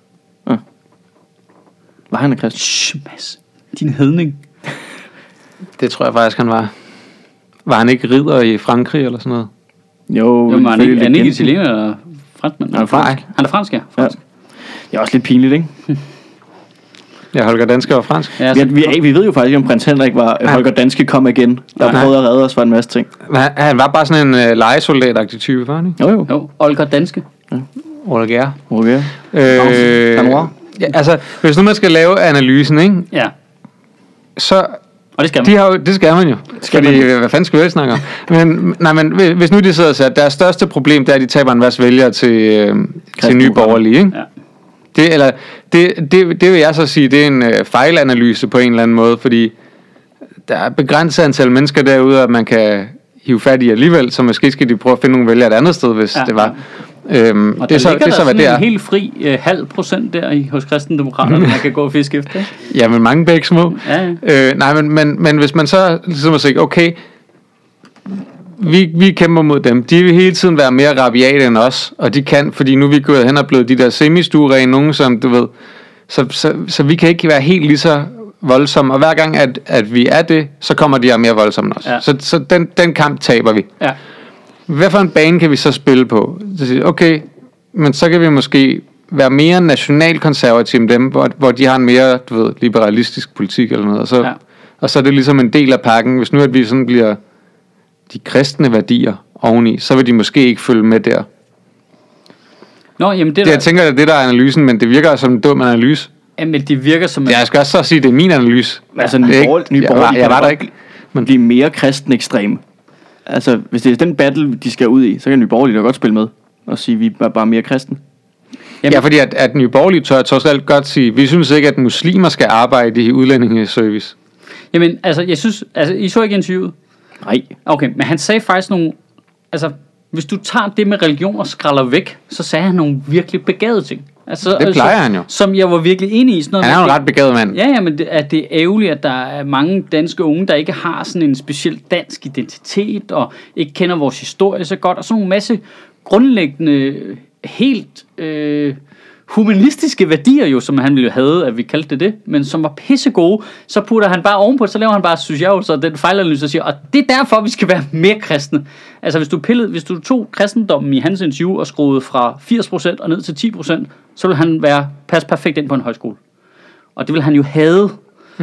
Var han en kristen? Shh, Mads. Din hedning. Det tror jeg faktisk, han var. Var han ikke ridder i Frankrig eller sådan noget? Jo, Jo, men han er ikke, er han ikke legenden. italiener eller franskmand? Han er fransk. Han er fransk, ja. Fransk. Det er også lidt pinligt, ikke? Ja, Holger Danske var fransk. Ja, Vi, så, vi, vi ved jo faktisk ikke, om prins Henrik var Nej. Holger Danske kom igen. Der Nej. prøvede at redde os for en masse ting. Han, han var bare sådan en øh, legesoldat-agtig type, var han ikke? Jo, jo. jo, Olger Danske. Holger. Okay. Øh, Danois. ja, altså, hvis nu man skal lave analysen, ikke? Ja, Så og det skal man. de har jo, det skal man jo. Skal Fordi, man jo. hvad fanden skal vi ellers snakke om? Men, nej, men hvis- hvis nu de sidder og siger, at deres største problem, det er, at de taber en masse vælgere til, øh, til nye borgerlige, ikke? Ja. Det, eller, det, det, det vil jeg så sige, det er en øh, fejlanalyse på en eller anden måde, fordi der er et begrænset antal mennesker derude, at man kan hive fat i alligevel, så måske skal de prøve at finde nogle vælgere et andet sted, hvis Ja. ja. det var. Øhm, Og det er så, der det er ligger så, der hvad sådan det en er. helt fri øh, halv procent der i, hos kristendemokraterne, man kan gå og fiske efter. Ikke? Ja, men mange begge små. Ja, ja. Øh, nej, men, men, men hvis man så ligesom siger, okay, vi, vi kæmper mod dem. De vil hele tiden være mere rabiate end os, og de kan, fordi nu er vi gået hen og blevet de der semi-stuerige, nogen som, du ved, så, så, så vi kan ikke være helt lige så voldsomme, og hver gang, at, at vi er det, så kommer de her mere voldsomme end os. Ja. Så, så den, den kamp taber vi. Ja. Hvad for en bane kan vi så spille på? Så siger, okay, men så kan vi måske være mere nationalkonservative end dem, hvor, hvor de har en mere, du ved, liberalistisk politik eller noget, og så, Ja. og så er det ligesom en del af pakken. Hvis nu at vi sådan bliver de kristne værdier oveni, så vil de måske ikke følge med der. Nå, jamen det, Det, der, jeg tænker, at det der er analysen, men det virker som en dum analyse. jamen, det virker som... Jeg skal også så sige, at det er min analyse. Altså, Det er Nye ikke- Borgerlige, Nye jeg var- Borgerlige jeg kan var der godt ikke. Men blive mere kristen ekstreme. Altså, hvis det er den battle, de skal ud i, så kan Nye Borgerlige da godt spille med. Og sige, vi er bare mere kristen. Ja, fordi at, at Nye Borgerlige tør trods alt godt sige, vi synes ikke, at muslimer skal arbejde i udlændingeservice. Jamen, altså, jeg synes... Altså, I så ikke interviewet? Nej. Okay, men han sagde faktisk nogle... Altså, hvis du tager det med religion og skræller væk, så sagde han nogle virkelig begavede ting. Altså, Det plejer altså, han jo. Som jeg var virkelig enig i. Sådan noget Han er jo med, en ret begavet mand. Ja, ja, men det, at det er ærgerligt, at der er mange danske unge, der ikke har sådan en speciel dansk identitet, og ikke kender vores historie så godt, og sådan en masse grundlæggende, helt øh, humanistiske værdier jo, som han ville have, at vi kaldte det det, men som var pissegode, så putter han bare ovenpå, så laver han bare, synes jeg jo, så den fejlanalyse og siger, og det er derfor, vi skal være mere kristne. Altså, hvis du pillede, hvis du tog kristendommen i hans interview og skruede fra firs procent og ned til ti procent, så ville han være pas perfekt ind på en højskole. Og det vil han jo have. Hmm.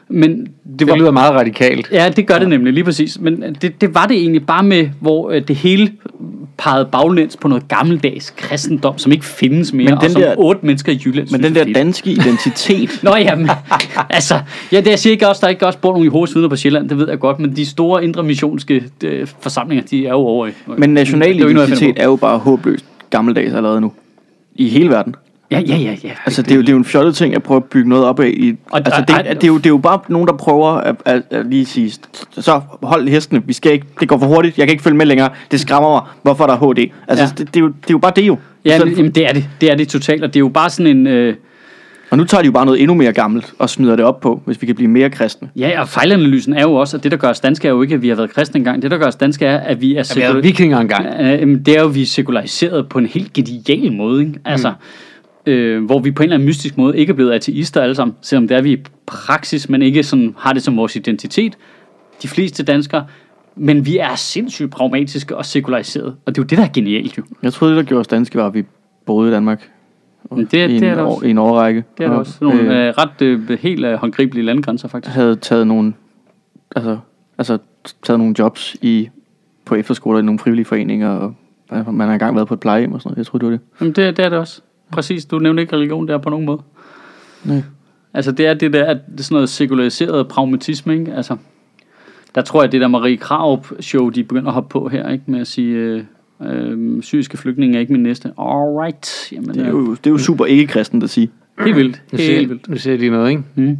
Men det, Det var, lyder meget radikalt. ja, det gør det nemlig, lige præcis. Men det, det var det egentlig bare med, hvor øh, det hele pegede baglæns på noget gammeldags kristendom, som ikke findes mere, Men og den som der- otte mennesker i Jylland Men synes den er der fedt. danske identitet, Nå jamen, altså, ja, det jeg siger ikke også, der er ikke også bor nogen i hovedsvidner på Sjælland, det ved jeg godt, men de store indre missionske øh, forsamlinger, de er jo over i. men national Det er jo ikke noget, jeg finder identitet er jo bare håbløst gammeldags allerede nu. I hele verden. Ja, ja, ja, ja. Altså, det er jo, det er jo en fjollet ting at prøve at bygge noget op af. I, Og- altså, og- det, og- det, er jo, det er jo bare nogen, der prøver at, at, at lige sige, så hold hestene, vi skal ikke, det går for hurtigt, jeg kan ikke følge med længere, det skræmmer mig, hvorfor er der H D? Altså, Ja. det, det, er jo, det er jo bare det jo. Ja, Så- men, jamen, det er det. Det er det totalt, og det er jo bare sådan en... Øh, Og nu tager de jo bare noget endnu mere gammelt og smider det op på, hvis vi kan blive mere kristne. ja, og fejlanalysen er jo også, at det, der gør os danske, er jo ikke, at vi har været kristne engang. Det, der gør os danske, er, at vi er... Vi havde vikinger engang. Øh, jamen, det er jo, at vi er sekulariseret på en helt genial måde, ikke? Altså, mm. øh, hvor vi på en eller anden mystisk måde ikke er blevet ateister alle sammen, selvom det er vi i praksis, men ikke sådan, har det som vores identitet. De fleste danskere, men vi er sindssygt pragmatiske og sekulariseret, og det er jo det, der er genialt jo. Jeg troede, det der gjorde os danske, var, at vi boede i Danmark Men det, i, det er en, det år, også. i en årrække. Det er det og, også. Nogle øh, øh, ret øh, helt øh, håndgribelige landgrænser, faktisk. havde taget nogle, altså, altså taget nogle jobs i, på efterskoler i nogle frivillige foreninger, og altså, man har engang været på et plejehjem og sådan noget. Jeg tror det var det. Jamen, det, det er det også. Præcis, du nævnte ikke religion der på nogen måde. Nej. Altså, det er det der, at det er sådan noget sekulariseret pragmatisme, ikke? Altså, der tror jeg, det der Marie Krarup-show, de begynder at hoppe på her, ikke? Med at sige, øh, øh, syriske flygtninge er ikke min næste. Alright. Jamen, Det er jo, det er jo super ikke-kristent at sige. helt vildt. Nu Helt siger, vildt. nu siger de noget, ikke? Mm.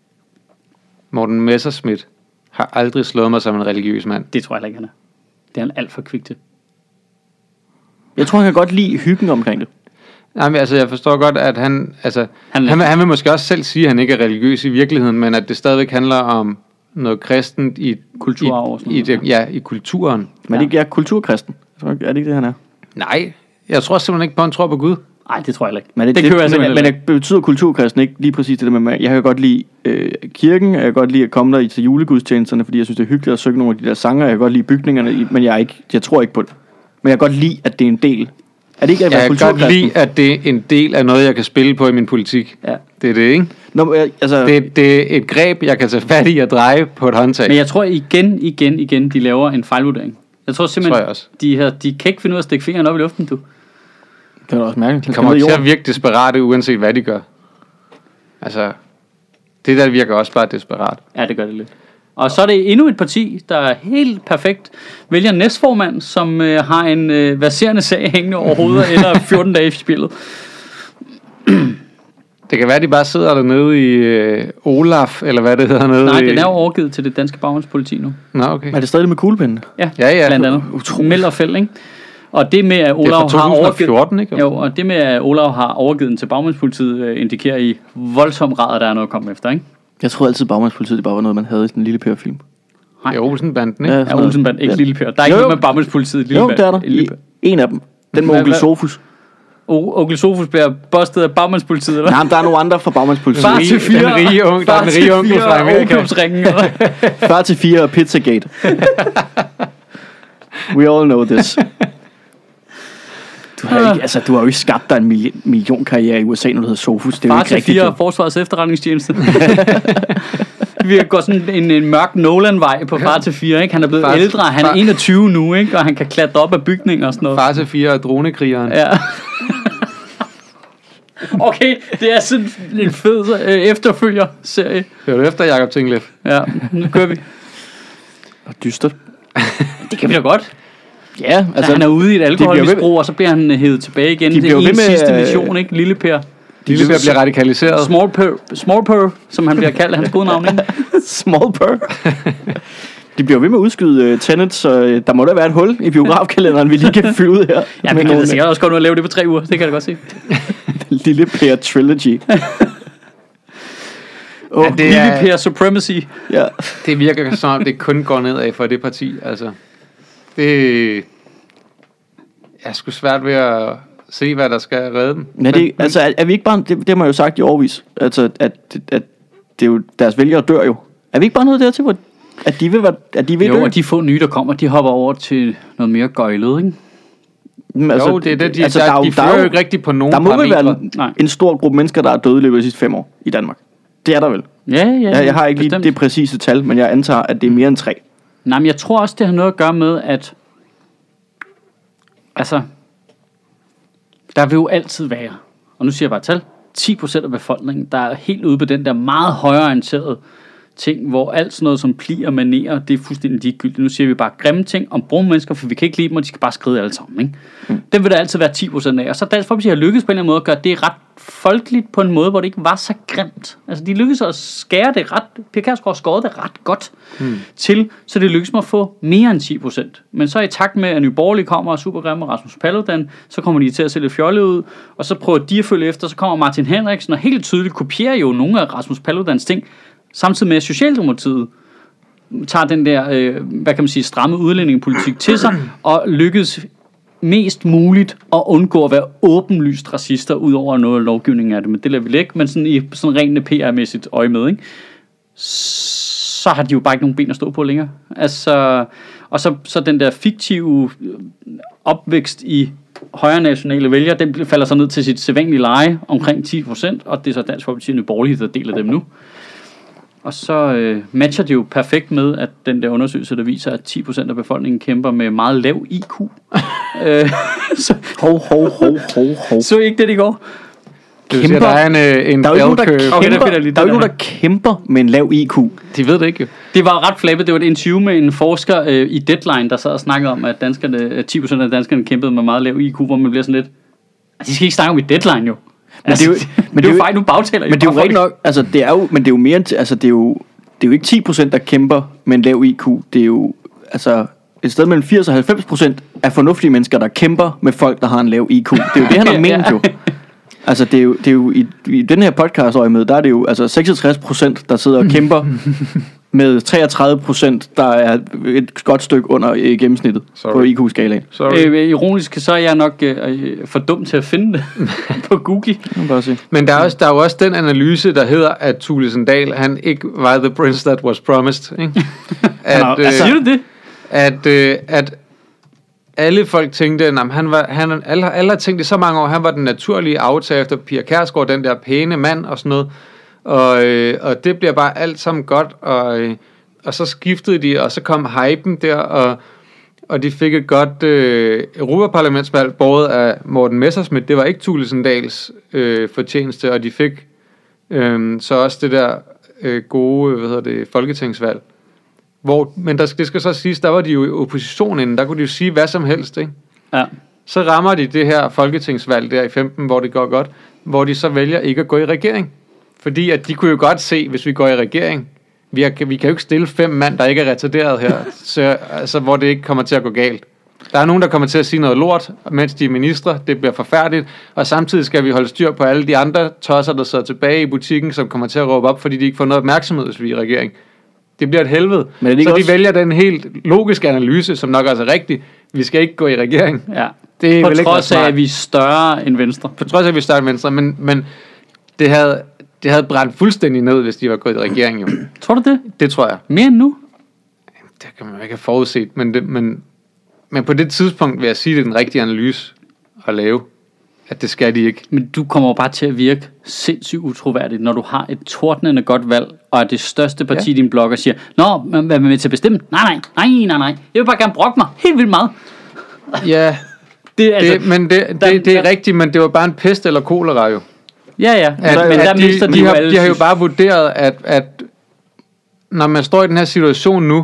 Morten Messerschmidt har aldrig slået mig som en religiøs mand. Det tror jeg heller ikke, han er. Det er han alt for kvik til. Jeg tror, han kan godt lide hyggen omkring det. Nej, men altså, jeg forstår godt, at han, altså, Han han, er- han, vil, han vil måske også selv sige, at han ikke er religiøs i virkeligheden, men at det stadigvæk handler om noget kristent i Kulturarv og i, sådan i, noget, det, ja, i kulturen. Men ja. er det ikke jeg er kulturkristen? Jeg tror ikke- Er det ikke det, han er? Nej, jeg tror simpelthen ikke på, at han tror på Gud. Nej, det tror jeg heller ikke. Men det, det, det kører jeg men, simpelthen men, heller men det betyder kulturkristen ikke lige præcis det der med, at jeg kan godt lide øh, kirken, jeg kan godt lide at komme der i til julegudstjenesterne, fordi jeg synes, det er hyggeligt at synge nogle af de der sanger, jeg kan godt lide bygningerne, i- men jeg, er ikke, jeg tror ikke på det. Men jeg kan godt lide, at det er en del. Er det ikke at være Jeg kan godt kulturkristen? lide, at det er en del af noget, jeg kan spille på i min politik. Ja. Det er det, ikke? Nå, men, jeg- altså, Det, det er et greb, jeg kan tage fat i og dreje på et håndtag. Men jeg tror igen, igen, igen, de laver en fejlvurdering. Jeg tror simpelthen, Tror jeg også. de, her, de kan ikke finde ud af at stikke fingeren op i luften, du. det er da også mærkeligt. De Han skal kommer ned i til at jorden. virke desperate, uanset hvad de gør. Altså, det der virker også bare desperat. Ja, det gør det lidt. Og så er det endnu et parti, der er helt perfekt vælger næstformand, som øh, har en øh, verserende sag hængende over hovedet, eller fjorten dage i spillet. Det kan være, at de bare sidder dernede i øh, Olaf, eller hvad det hedder nede Nej, i... den er jo overgivet til det danske bagmandspoliti nu. Nå, okay. Er det stadig med kuglepinde? Ja, Ja, ja. blandt andet. Utroligt. Meld og fæld, ikke? Og det med, at Det er Olav fra har to tusind og overgivet... fjorten, ikke? Jo, og det med, at Olav har overgivet den til bagmandspolitiet, øh, indikerer i voldsom grad, at der er noget at komme efter, ikke? Jeg troede altid, bagmandspolitiet det bare var noget, man havde i sådan en lille Per-film. Nej. Det er Olsen-banden, ikke? Ja. Ja. Ja, sådan noget. Olsenband, ikke Ja. Lille Per. Der er Jo, ikke jo. noget med bagmandspolitiet. Lille Jo, Per. det er der. Lille I, Per. en af dem. Den med Hvad- onkel hvad- Sofus. O- Onkel Sofus bliver bustet af bagmandspolitiet, eller? Nej, men der er nogle andre fra bagmandspolitiet. Far rige- til fire, den rige onkel- der er far den til rige onkel fire fra Amerika. ungdomsringen, eller? Far til fire og Pizzagate. We all know this. Du har, ikke, altså, du har jo ikke skabt dig en million, million karriere i U S A, når du hedder Sofus. Det er jo Far ikke til rigtigt. fire jo. forsvarets efterretningstjeneste. Vi går sådan en, en mørk Nolan-vej på far til fire, ikke? Han er blevet Far- ældre, han er far- enogtyve nu, ikke? Og han kan klatre op af bygninger og sådan noget. Far til fire og dronekrigeren. Ja. Okay, det er sådan en fed øh, efterfølger-serie. Hører du efter, Jacob Tingleff? Ja, nu kører vi. Og dystert. Det kan vi da godt. Ja, Altså, altså, han er ude i et bliver alkoholmisbrug, og så bliver han hævet tilbage igen. De Det bliver er jo ved en med, sidste øh, mission, ikke? Lille Per. Lille Per bliver radikaliseret. Small Per, Small Per, som han bliver kaldt, hans gode navn, ikke? small purr. De bliver jo ved med at udskyde uh, Tenet, så uh, der må der være et hul i biografkalenderen, vi lige kan fylde ud her. Ja, men kan da sikkert også godt nu at lave det på tre uger. Det kan jeg da godt se. Lille Per Trilogy. Oh, Ja, det Lille er- Per Supremacy. ja. Det virker som om, det kun går nedad for det parti. Altså, det er sgu svært ved at se, hvad der skal redde dem. Men er, det, altså, er, er vi ikke bare, det, det har man jo sagt i årvis, altså, at, at det er jo, deres vælgere dør jo. Er vi ikke bare noget dertil, hvor at de vil, være, at de vil Jo, dø? og de få nye, der kommer, de hopper over til noget mere gøjlet, ikke? Men Altså, jo, det er det, de, altså, der, er jo- de der er fører jo jo- ikke rigtigt på nogen Der må vel parametre. være Nej. en, en stor gruppe mennesker, der er døde i løbet af de sidste fem år i Danmark. Det er der vel. Ja, ja, Jeg, jeg har ikke lige bestemt. det præcise tal, men jeg antager, at det er mere end tre. Nej, men jeg tror også, det har noget at gøre med, at altså, der vil jo altid være, og nu siger jeg bare et tal, ti procent af befolkningen, der er helt ude på den der meget højreorienterede ting, hvor alt sådan noget som pli og manerer, det er fuldstændig ligegyldigt. Nu siger vi bare grimme ting om brune mennesker, for vi kan ikke lide dem, og de skal bare skride alle sammen. Ikke? Mm. Den vil der altid være ti procent af. Og så Dansk Folkeparti har lykkedes på en eller anden måde at gøre det ret folkeligt på en måde, hvor det ikke var så grimt. Altså de lykkedes at skære det ret, Pia Kjærsgaard skårede det ret godt mm. til, så det lykkedes mig at få mere end ti procent. Men så i takt med, at Nye Borgerlige kommer og Supergrimme og Rasmus Paludan, så kommer de til at se lidt fjollet ud, og så prøver de at følge efter, så kommer Martin Henriksen og helt tydeligt kopierer jo nogle af Rasmus Paludans ting, samtidig med at Socialdemokratiet tager den der, øh, hvad kan man sige, stramme udlændingepolitik til sig, og lykkes mest muligt at undgå at være åbenlyst racister, ud over noget lovgivning af det, men det lader vi lægge, men sådan i sådan rent P R-mæssigt øje med, ikke? Så har de jo bare ikke nogen ben at stå på længere. Altså, og så, så den der fiktive opvækst i højre nationale vælgere, den falder så ned til sit sædvanlige leje omkring ti procent, og det er så Dansk Folkeparti og Nye Borgerlige, der deler dem nu. Og så øh, matcher det jo perfekt med, at den der undersøgelse, der viser, at ti procent af befolkningen kæmper med meget lav I Q. øh, så, Hov, hov, hov, hov, hov. så ikke det, det går? Det vil sige, der er en, øh, en Der er jo ikke nogen, der bell curve. Okay, der kæmper, finder jeg lige der er jo den ikke nogen, der kæmper med en lav I Q. De ved det ikke jo. Det var ret flappet. Det var et interview med en forsker øh, i Deadline, der sad og snakkede om, at danskerne, ti procent af danskerne kæmpede med meget lav I Q, hvor man bliver sådan lidt, de skal ikke snakke om i Deadline jo. Men Altså, det er jo, men det er jo fejl, nu bagtaler I Men det er jo bare rigtig folk. nok, altså det er jo, men det er jo mere, end- altså det er jo, det er jo ikke ti procent, der kæmper med en lav I Q. Det er jo, altså et sted mellem firs og halvfems procent af fornuftige mennesker, der kæmper med folk, der har en lav I Q. Det er jo det, han har ment jo. Altså det er jo, det er jo i, i den her podcast øje med, der er det jo altså seksogtres procent, der sidder og kæmper med treogtredive procent, der er et godt stykke under i gennemsnittet Sorry. på I Q-skalaen. Sorry. Øh, ironisk, så er jeg nok øh, for dum til at finde det på Google. Jeg må bare sige. Men der er, også, der er jo også den analyse, der hedder, at Thulesen Dahl, han ikke var the prince that was promised. Ikke? At, Nå, øh, siger du det? at, øh, at alle folk tænkte, at han var, han, alle, alle har tænkt i så mange år, han var den naturlige aftager efter Pia Kjærsgaard, den der pæne mand og sådan noget. Og, øh, og det bliver bare alt sammen godt, og, øh, og så skiftede de, og så kom hypen der, og, og de fik et godt øh, Europaparlamentsvalg, båret af Morten Messerschmidt. Det var ikke Thulesen Dahls øh, fortjeneste, og de fik øh, så også det der øh, gode, hvad hedder det, folketingsvalg. Hvor, men der, det skal så siges, der var de jo i opposition inden, der kunne de jo sige hvad som helst, ikke? Ja. Så rammer de det her folketingsvalg der i femten, hvor det går godt, hvor de så vælger ikke at gå i regering. Fordi at de kunne jo godt se, hvis vi går i regering, vi, har, vi kan jo ikke stille fem mand, der ikke er retarderet her, så, altså, hvor det ikke kommer til at gå galt. Der er nogen, der kommer til at sige noget lort, mens de er ministre, det bliver forfærdeligt, og samtidig skal vi holde styr på alle de andre tosser, der sidder tilbage i butikken, som kommer til at råbe op, fordi de ikke får noget opmærksomhed, hvis vi er i regering. Det bliver et helvede. Men er det så ikke de også- vælger den helt logiske analyse, som nok også er rigtig. Vi skal ikke gå i regering. Ja. Det På vil ikke være trods af, smart. at vi er større end Venstre. På trods af, at vi starter Venstre, men, men det, havde, det havde brændt fuldstændig ned, hvis de var gået i regering. Jo. Tror du det? Det tror jeg. Mere end nu? Det kan man jo ikke have forudset, men, det, men, men på det tidspunkt vil jeg sige, det er den rigtige analyse at lave. At det skal de ikke. Men du kommer jo bare til at virke sindssygt utroværdigt, når du har et tordnende godt valg, og er det største parti i Ja. din blogger siger, nå, men hvad er med til at bestemme? Nej, nej, nej, nej, nej. Jeg vil bare gerne brokke mig helt vildt meget. Ja, Det, altså, det, men det, der- det, det er der- rigtigt, men det var bare en pest eller kolera jo. Ja, ja. At, men der at de, mister de, de, jo har, alle de har jo sys- bare vurderet, at, at når man står i den her situation nu,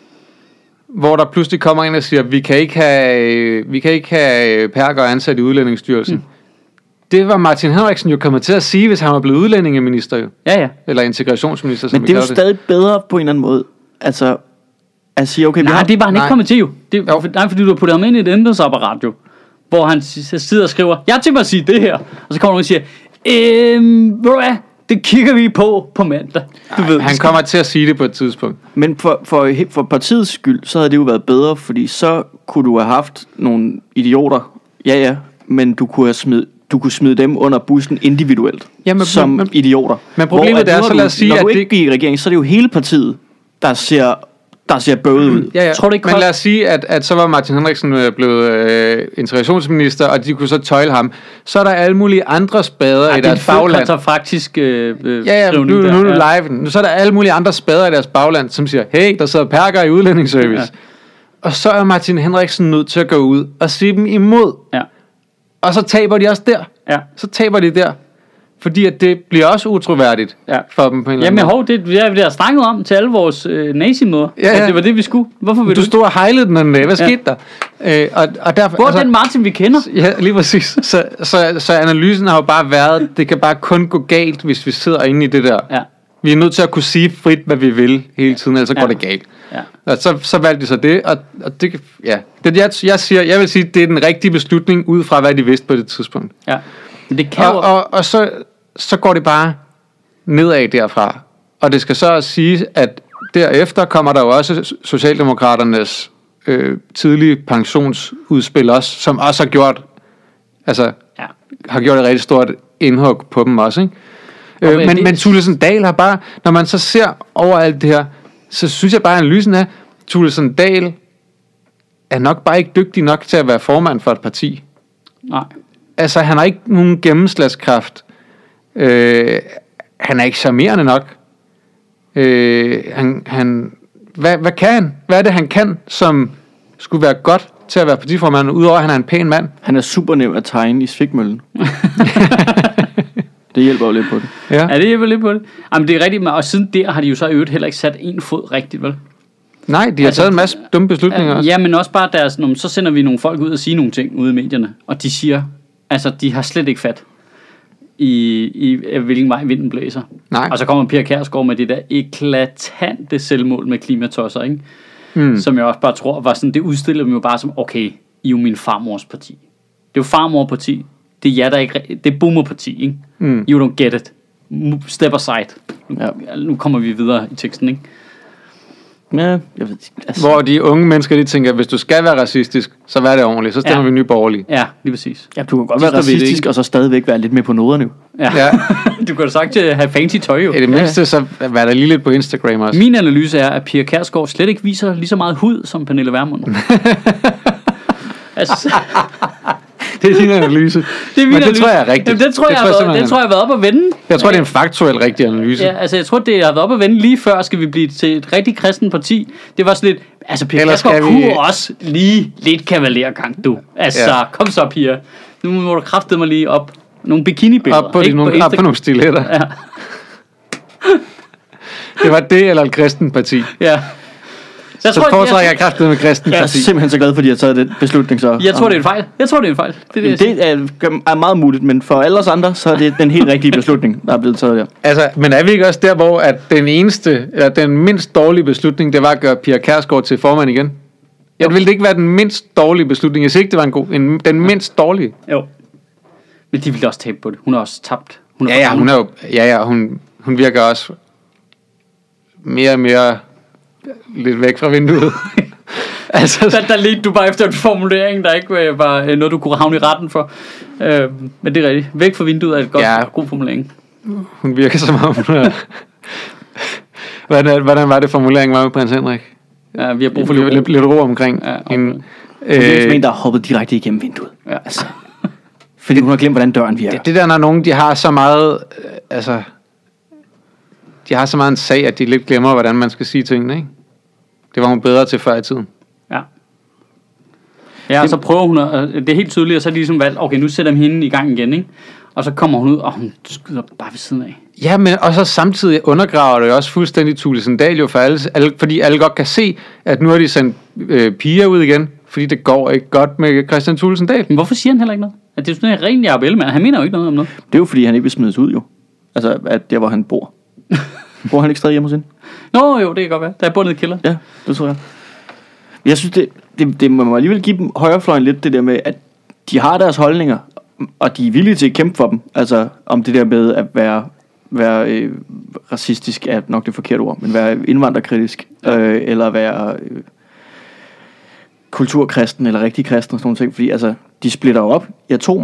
hvor der pludselig kommer en og siger, vi kan ikke have, vi kan ikke have perker ansat i Udlændingsstyrelsen. Mm. Det var Martin Henriksen jo kommet til at sige, hvis han var blevet udlændingeminister jo. Ja, ja. Eller integrationsminister, som Men vi det er jo kalder stadig bedre på en eller anden måde. Altså, at sige, okay, vi Nej, har... det var han ikke Nej. kommet til jo. Det, Jo. for, nej, fordi du har puttet ham ind i et embedsapparat jo. Hvor han s- sidder og skriver, jeg til mig at sige det her. Og så kommer nogen og siger, øhm, ved du hvad, det kigger vi på på mandag. Du ved, Han kommer til at sige det på et tidspunkt. Men for, for, for partiets skyld, så havde det jo været bedre, fordi så kunne du have haft nogle idioter, ja ja, men du kunne have smid, du kunne smide dem under bussen individuelt, Jamen, som men- idioter. men problemet Hvor at er, nu har så du- lad os sige, når at du det- ikke bliver i regering, så er det jo hele partiet, der ser der ser bøvet ud. Ja, ja. Tror du ikke Men godt- lad os sige, at, at så var Martin Henriksen øh, blevet øh, integrationsminister, og de kunne så tøjle ham. Så er der alle mulige andre spader i deres bagland. Det er faktisk øh, øh, Ja, ja, nu, nu der. er du live. Nu så er der alle mulige andre spader i deres bagland, som siger, hey, der sidder perker i udlændingsservice. Ja. Og så er Martin Henriksen nødt til at gå ud og sige dem imod. Ja. Og så taber de også der. Ja. Så taber de der. Fordi at det bliver også utroværdigt Ja. for dem på en eller Jamen anden hov, det, det har vi da snakket om til alle vores øh, nazimøder. Ja, ja. At det var det, vi skulle. Hvorfor vil Du du, stod og hejlede den anden dag. Hvad Ja. skete der? Øh, og, og derfor, Hvor er den Martin, vi kender? Ja, lige præcis. Så, så, så analysen har jo bare været, det kan bare kun gå galt, hvis vi sidder inde i det der. Ja. Vi er nødt til at kunne sige frit, hvad vi vil hele tiden, ellers så går Ja. det galt. Ja. Og så, så valgte de så det, og, og det, ja. Det, jeg, jeg, siger, jeg vil sige, det er den rigtige beslutning, ud fra hvad de vidste på det tidspunkt. Ja. Men det kan Og, jo... og, og så, så går det bare nedad derfra. Og det skal så også sige, at derefter kommer der jo også Socialdemokraternes øh, tidlige pensionsudspil også, som også har gjort, altså, Ja. har gjort et rigtig stort indhug på dem også, ikke? Og Øh, hvad men, det- men Thulesen Dahl har bare, når man så ser over alt det her, så synes jeg bare, at analysen er, Thulesen Dahl er nok bare ikke dygtig nok til at være formand for et parti. Nej. Altså, han har ikke nogen gennemslagskraft. Øh, han er ikke charmerende nok. Øh, han, han, hvad, hvad kan han? Hvad er det, han kan, som skulle være godt til at være partiformand, udover at han er en pæn mand? Han er super nem at tegne i svikmøllen. Det hjælper jo lidt på det. Ja. Ja, det hjælper lidt på det. Jamen, det er rigtigt, og siden der har de jo så i øvrigt heller ikke sat en fod rigtigt, vel? Nej, de har Altså, taget en masse dumme beslutninger også. Ja, men også bare deres, når, så sender vi nogle folk ud og sige nogle ting ude i medierne, og de siger, altså de har slet ikke fat i, i hvilken vej vinden blæser. Nej. Og så kommer Pia Kjærsgaard med det der eklatante selvmål med klimatosser, ikke? Mm. Som jeg også bare tror var sådan, det udstiller dem jo bare som, okay, I er jo min farmors parti. Det er jo farmor-parti. Det er jer, der ikke, det er boomer-parti, ikke? Mm. You don't get it. Step aside. Nu, Ja. nu kommer vi videre i teksten, ikke? Ja, jeg ved, altså, Hvor de unge mennesker, de tænker, hvis du skal være racistisk, så vær det ordentligt. Så stemmer Ja. vi Nye Borgerlige. Ja, lige præcis. ja, du kan godt De være står ved det, racistisk, ikke? og så stadigvæk være lidt med på noderne. jo. Ja. Ja. Du kunne da sagt til at have fancy tøj, jo. I det mindste, så vær der lige lidt på Instagram også. Min analyse er, at Pia Kjærsgaard slet ikke viser lige så meget hud som Pernille Vermund. altså, Det er din analyse. det er min Men det analyse. tror jeg er rigtigt. Jamen, det tror Det jeg, tror har jeg været, simpelthen det tror jeg har været op at vende. Jeg tror, det er en faktuel rigtig analyse. Ja, altså jeg tror, det har været op at vende lige før, skal vi blive til et rigtig kristen parti. Det var sådan lidt, altså Pia Ellers Kjærsgaard skal vi- kunne også lige lidt kavalergang, du. Altså, Ja. kom så, Pia. Nu må du kraftedeme mig lige op. Nogle bikini-billeder. Op på, de, ikke nogle, op på Instagram. nogle stiletter. Ja, Det var det, eller et kristent parti. ja. Så, så foretrækker jeg kraftet med kristent Jeg er parti. simpelthen så glad for, at de har taget den beslutning så. Jeg tror, det er en fejl. Jeg tror, det er en fejl. Det er det, Jamen, jeg det er, er meget muligt, men for alle os andre, så er det den helt rigtige beslutning, der er blevet taget der. Altså, men er vi ikke også der, hvor at den eneste, eller den mindst dårlige beslutning, det var at gøre Pia Kjærsgaard til formand igen? Jeg ville det ikke være den mindst dårlige beslutning. Jeg siger ikke, det var en god, en, den mindst dårlige. Jo. Men de ville også tabe på det. Hun har også tabt. Hun er Ja, ja, hun er jo, ja, ja, hun, hun virker også mere og mere lidt væk fra vinduet. altså, Der, der ledte du bare efter en formulering, der ikke øh, var øh, noget, du kunne havne i retten for. Øh, men det er rigtigt. Væk fra vinduet er et godt, Ja. god formulering. hun virker som om, hun er... hvordan, hvordan var det formuleringen var med prins Henrik? Ja, vi har brug for Lidt, lidt lidt, ro. lidt ro omkring. Ja, okay. en, Hun er som øh, en, der har hoppet direkte igennem vinduet. Ja. Altså, fordi hun har glemt, hvordan døren virker. det, det der, når nogen de har så meget... Øh, altså... De har så meget en sag, at de lidt glemmer, hvordan man skal sige tingene, ikke? Det var hun bedre til før i tiden. Ja. Ja, og så prøver hun, at, det er helt tydeligt, og så er de ligesom valgt, okay, nu sætter vi hende i gang igen, ikke? Og så kommer hun ud, og hun skyder bare ved siden af. Ja, men og så samtidig undergraver det jo også fuldstændig Thulesen Dahl jo for alle, alle, fordi alle godt kan se, at nu har de sendt øh, piger ud igen, fordi det går ikke godt med Christian Thulesen Dahl. Men hvorfor siger han heller ikke noget? At det er sådan en ren Jacob Ellemann. Han mener jo ikke noget om noget. Det er jo, fordi han ikke vil smides ud, jo. Altså, at der, hvor han bor. Bor han ikke stadig hjemme hos hende? Nå jo, det kan godt være. Der er bundet i kælder. Ja, det tror jeg. Jeg synes, det, det, det må alligevel give dem højrefløjen lidt, det der med, at de har deres holdninger, og de er villige til at kæmpe for dem. Altså, om det der med at være, være øh, racistisk, er nok det forkerte ord, men være indvandrerkritisk, øh, eller være øh, kulturkristen, eller rigtig kristen, og sådan nogle ting. Fordi altså, de splitter jo op i atomer.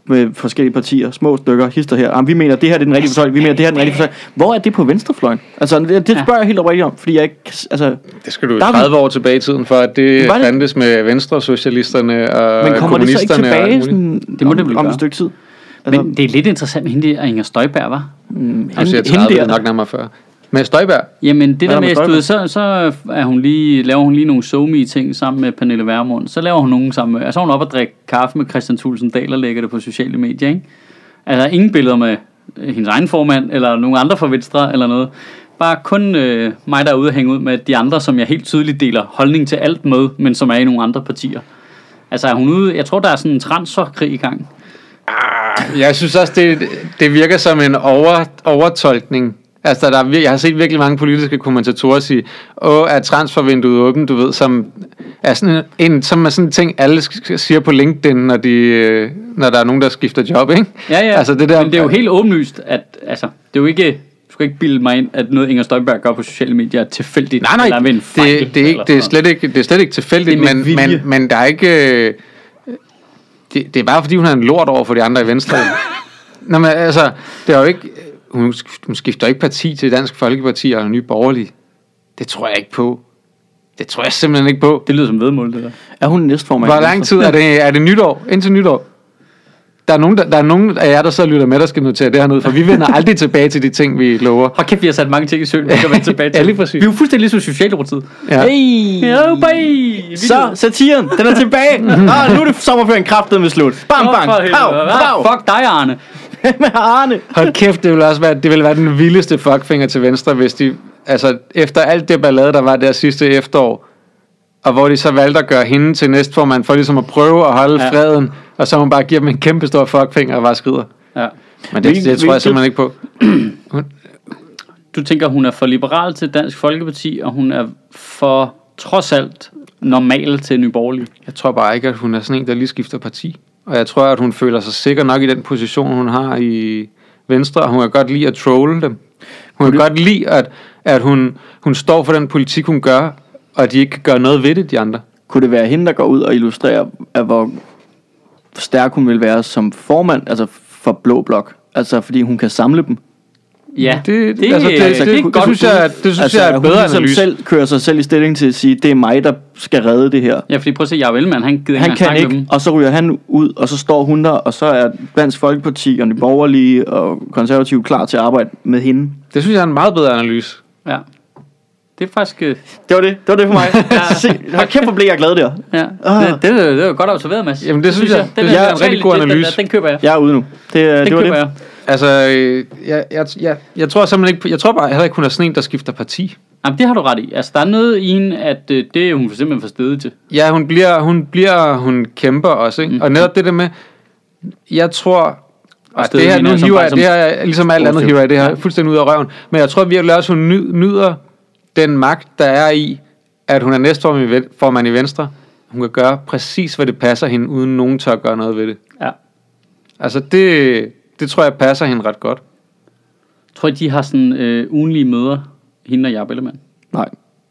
med forskellige partier, små stykker, hister her. Jamen, vi mener, det her er den rigtige fortolkning, vi mener, det her er den rigtige fortolkning. Hvor er det på venstrefløjen? Altså, det, det spørger jeg helt oprigtigt om, fordi jeg ikke, altså... Det skal du tredive år tilbage i tiden, for at det, det fandtes med venstre-socialisterne og men kommer det så ikke tilbage sådan, det må det vel om, om gøre. et stykke tid? Altså, men det er lidt interessant med hende og Inger Støjberg, var. Mm, altså, jeg tredive er nok nærmere før. Men Støjberg? Jamen, det der med, med du, så, så er hun lige, laver hun lige nogle SoMe-ting sammen med Pernille Vermund. Så laver hun nogen sammen med... Altså, hun er oppe og drikke kaffe med Christian Thulesen Dahl og lægger det på sociale medier, ikke? Altså, ingen billeder med hendes egen formand, eller nogen andre fra Venstre, eller noget. Bare kun øh, mig, der er ude og hænge ud med de andre, som jeg helt tydeligt deler holdning til alt med, men som er i nogle andre partier. Altså, er hun ude... Jeg tror, der er sådan en transferkrig i gang. Ah, jeg synes også, det, det virker som en over, overtolkning. Altså, der er, jeg har set virkelig mange politiske kommentatorer sige, åh, er transfervinduet åbent, du ved, som er sådan en, som er sådan en ting, alle siger på LinkedIn, når, de, når der er nogen, der skifter job, ikke? Ja, ja, altså, det der, men det er jo helt åbenlyst, at altså, det er jo ikke, du skal ikke bilde mig ind, at noget Inger Støjberg gør på sociale medier er tilfældigt. Nej, nej, eller ved en fejl, det, det, er ikke, det, er slet ikke, det er slet ikke tilfældigt, men, men, men der er ikke... Det, det er bare fordi, hun har en lort over for de andre i Venstre. Nå, men altså, det er jo ikke... Hun, hun skifter ikke parti til Dansk Folkeparti eller Nye Borgerlige. Det tror jeg ikke på. Det tror jeg simpelthen ikke på. Det lyder som vedmål, det der. Er hun næstformand? Hvor lang tid er det, er det nytår? Indtil nytår? Der er, nogen, der, der er nogen af jer, der så lytter med, der skal notere det her ned, for vi vender aldrig tilbage til de ting, vi lover. Hold kæft, vi har sat mange ting i søen, vi skal vende tilbage til. Ja, lige præcis. Vi er jo fuldstændig ligesom Socialdemokratiet. Ja. Hey! Ja, bye! Så, satiren, den er tilbage. Ah, nu er det sommerferien kraftet med slut. Bam, bang. Pow, pow. Fuck dig, Arne. Med Arne. Hold kæft, det ville også være, det ville være den vildeste fuckfinger til Venstre, hvis de, altså efter alt det ballade, der var der sidste efterår, og hvor de så valgte at gøre hende til næstformand, for ligesom at prøve at holde ja. freden, og så man bare giver dem en kæmpe stor fuckfinger og bare skrider. Ja. Men det, det, det tror jeg simpelthen ikke på. Du tænker, hun er for liberal til Dansk Folkeparti, og hun er for trods alt normal til Nye Borgerlige. Jeg tror bare ikke, at hun er sådan en, der lige skifter parti. Og jeg tror, at hun føler sig sikker nok i den position, hun har i Venstre, og hun kan godt lide at trolle dem. Hun kan godt lide, at, at hun, hun står for den politik, hun gør, og at de ikke kan gøre noget ved det, de andre. Kunne det være hende, der går ud og illustrerer, at hvor stærk hun vil være som formand, altså for Blå Blok? Altså, fordi hun kan samle dem. Ja, det, det, altså, det, altså, det, det, det, det synes jeg, det synes altså, jeg er et bedre analyse. Hun ligesom selv kører sig selv i stilling til at sige, det er mig, der skal redde det her. Ja, fordi prøv at se, Jacob Ellemann, han gider han kan ikke, og så ryger han ud, og så står hun der, og så er Dansk Folkeparti og de borgerlige og konservative klar til at arbejde med hende. Det synes jeg er en meget bedre analyse. Ja. Det er faktisk... Det var det, det var det for mig. Ja. Se, hold kæft, hvor blev jeg glad der. Ja. Ah. Det, det, det, det var godt observeret, Mads. Jamen det, det synes jeg, jeg. Det, det er en rigtig god analyse. Den, den, den køber jeg. Jeg er ude nu. Det, den det var køber det. jeg. Altså, jeg, jeg, jeg, jeg tror simpelthen ikke, jeg tror bare heller ikke, hun er sådan en, der skifter parti. Jamen, det har du ret i. Altså, der er noget i hende, at øh, det er hun for simpelthen for stedet til. Ja, hun bliver, hun bliver, hun kæmper også, ikke? Mm. Og netop det der med, jeg tror, og det her, nu hiver jeg, det her, ligesom alt andet hiver jeg det her fuldstændig ud af røven, men jeg tror virkelig også, hun nyder den magt, der er i, at hun er næstformand i Venstre. Hun kan gøre præcis, hvad det passer hende, uden nogen tør at gøre noget ved det. Ja. Altså, det... Det tror jeg passer hende ret godt. Tror I, de har sådan øh, ugenlige møder, hende og Jacob Ellemann? Nej.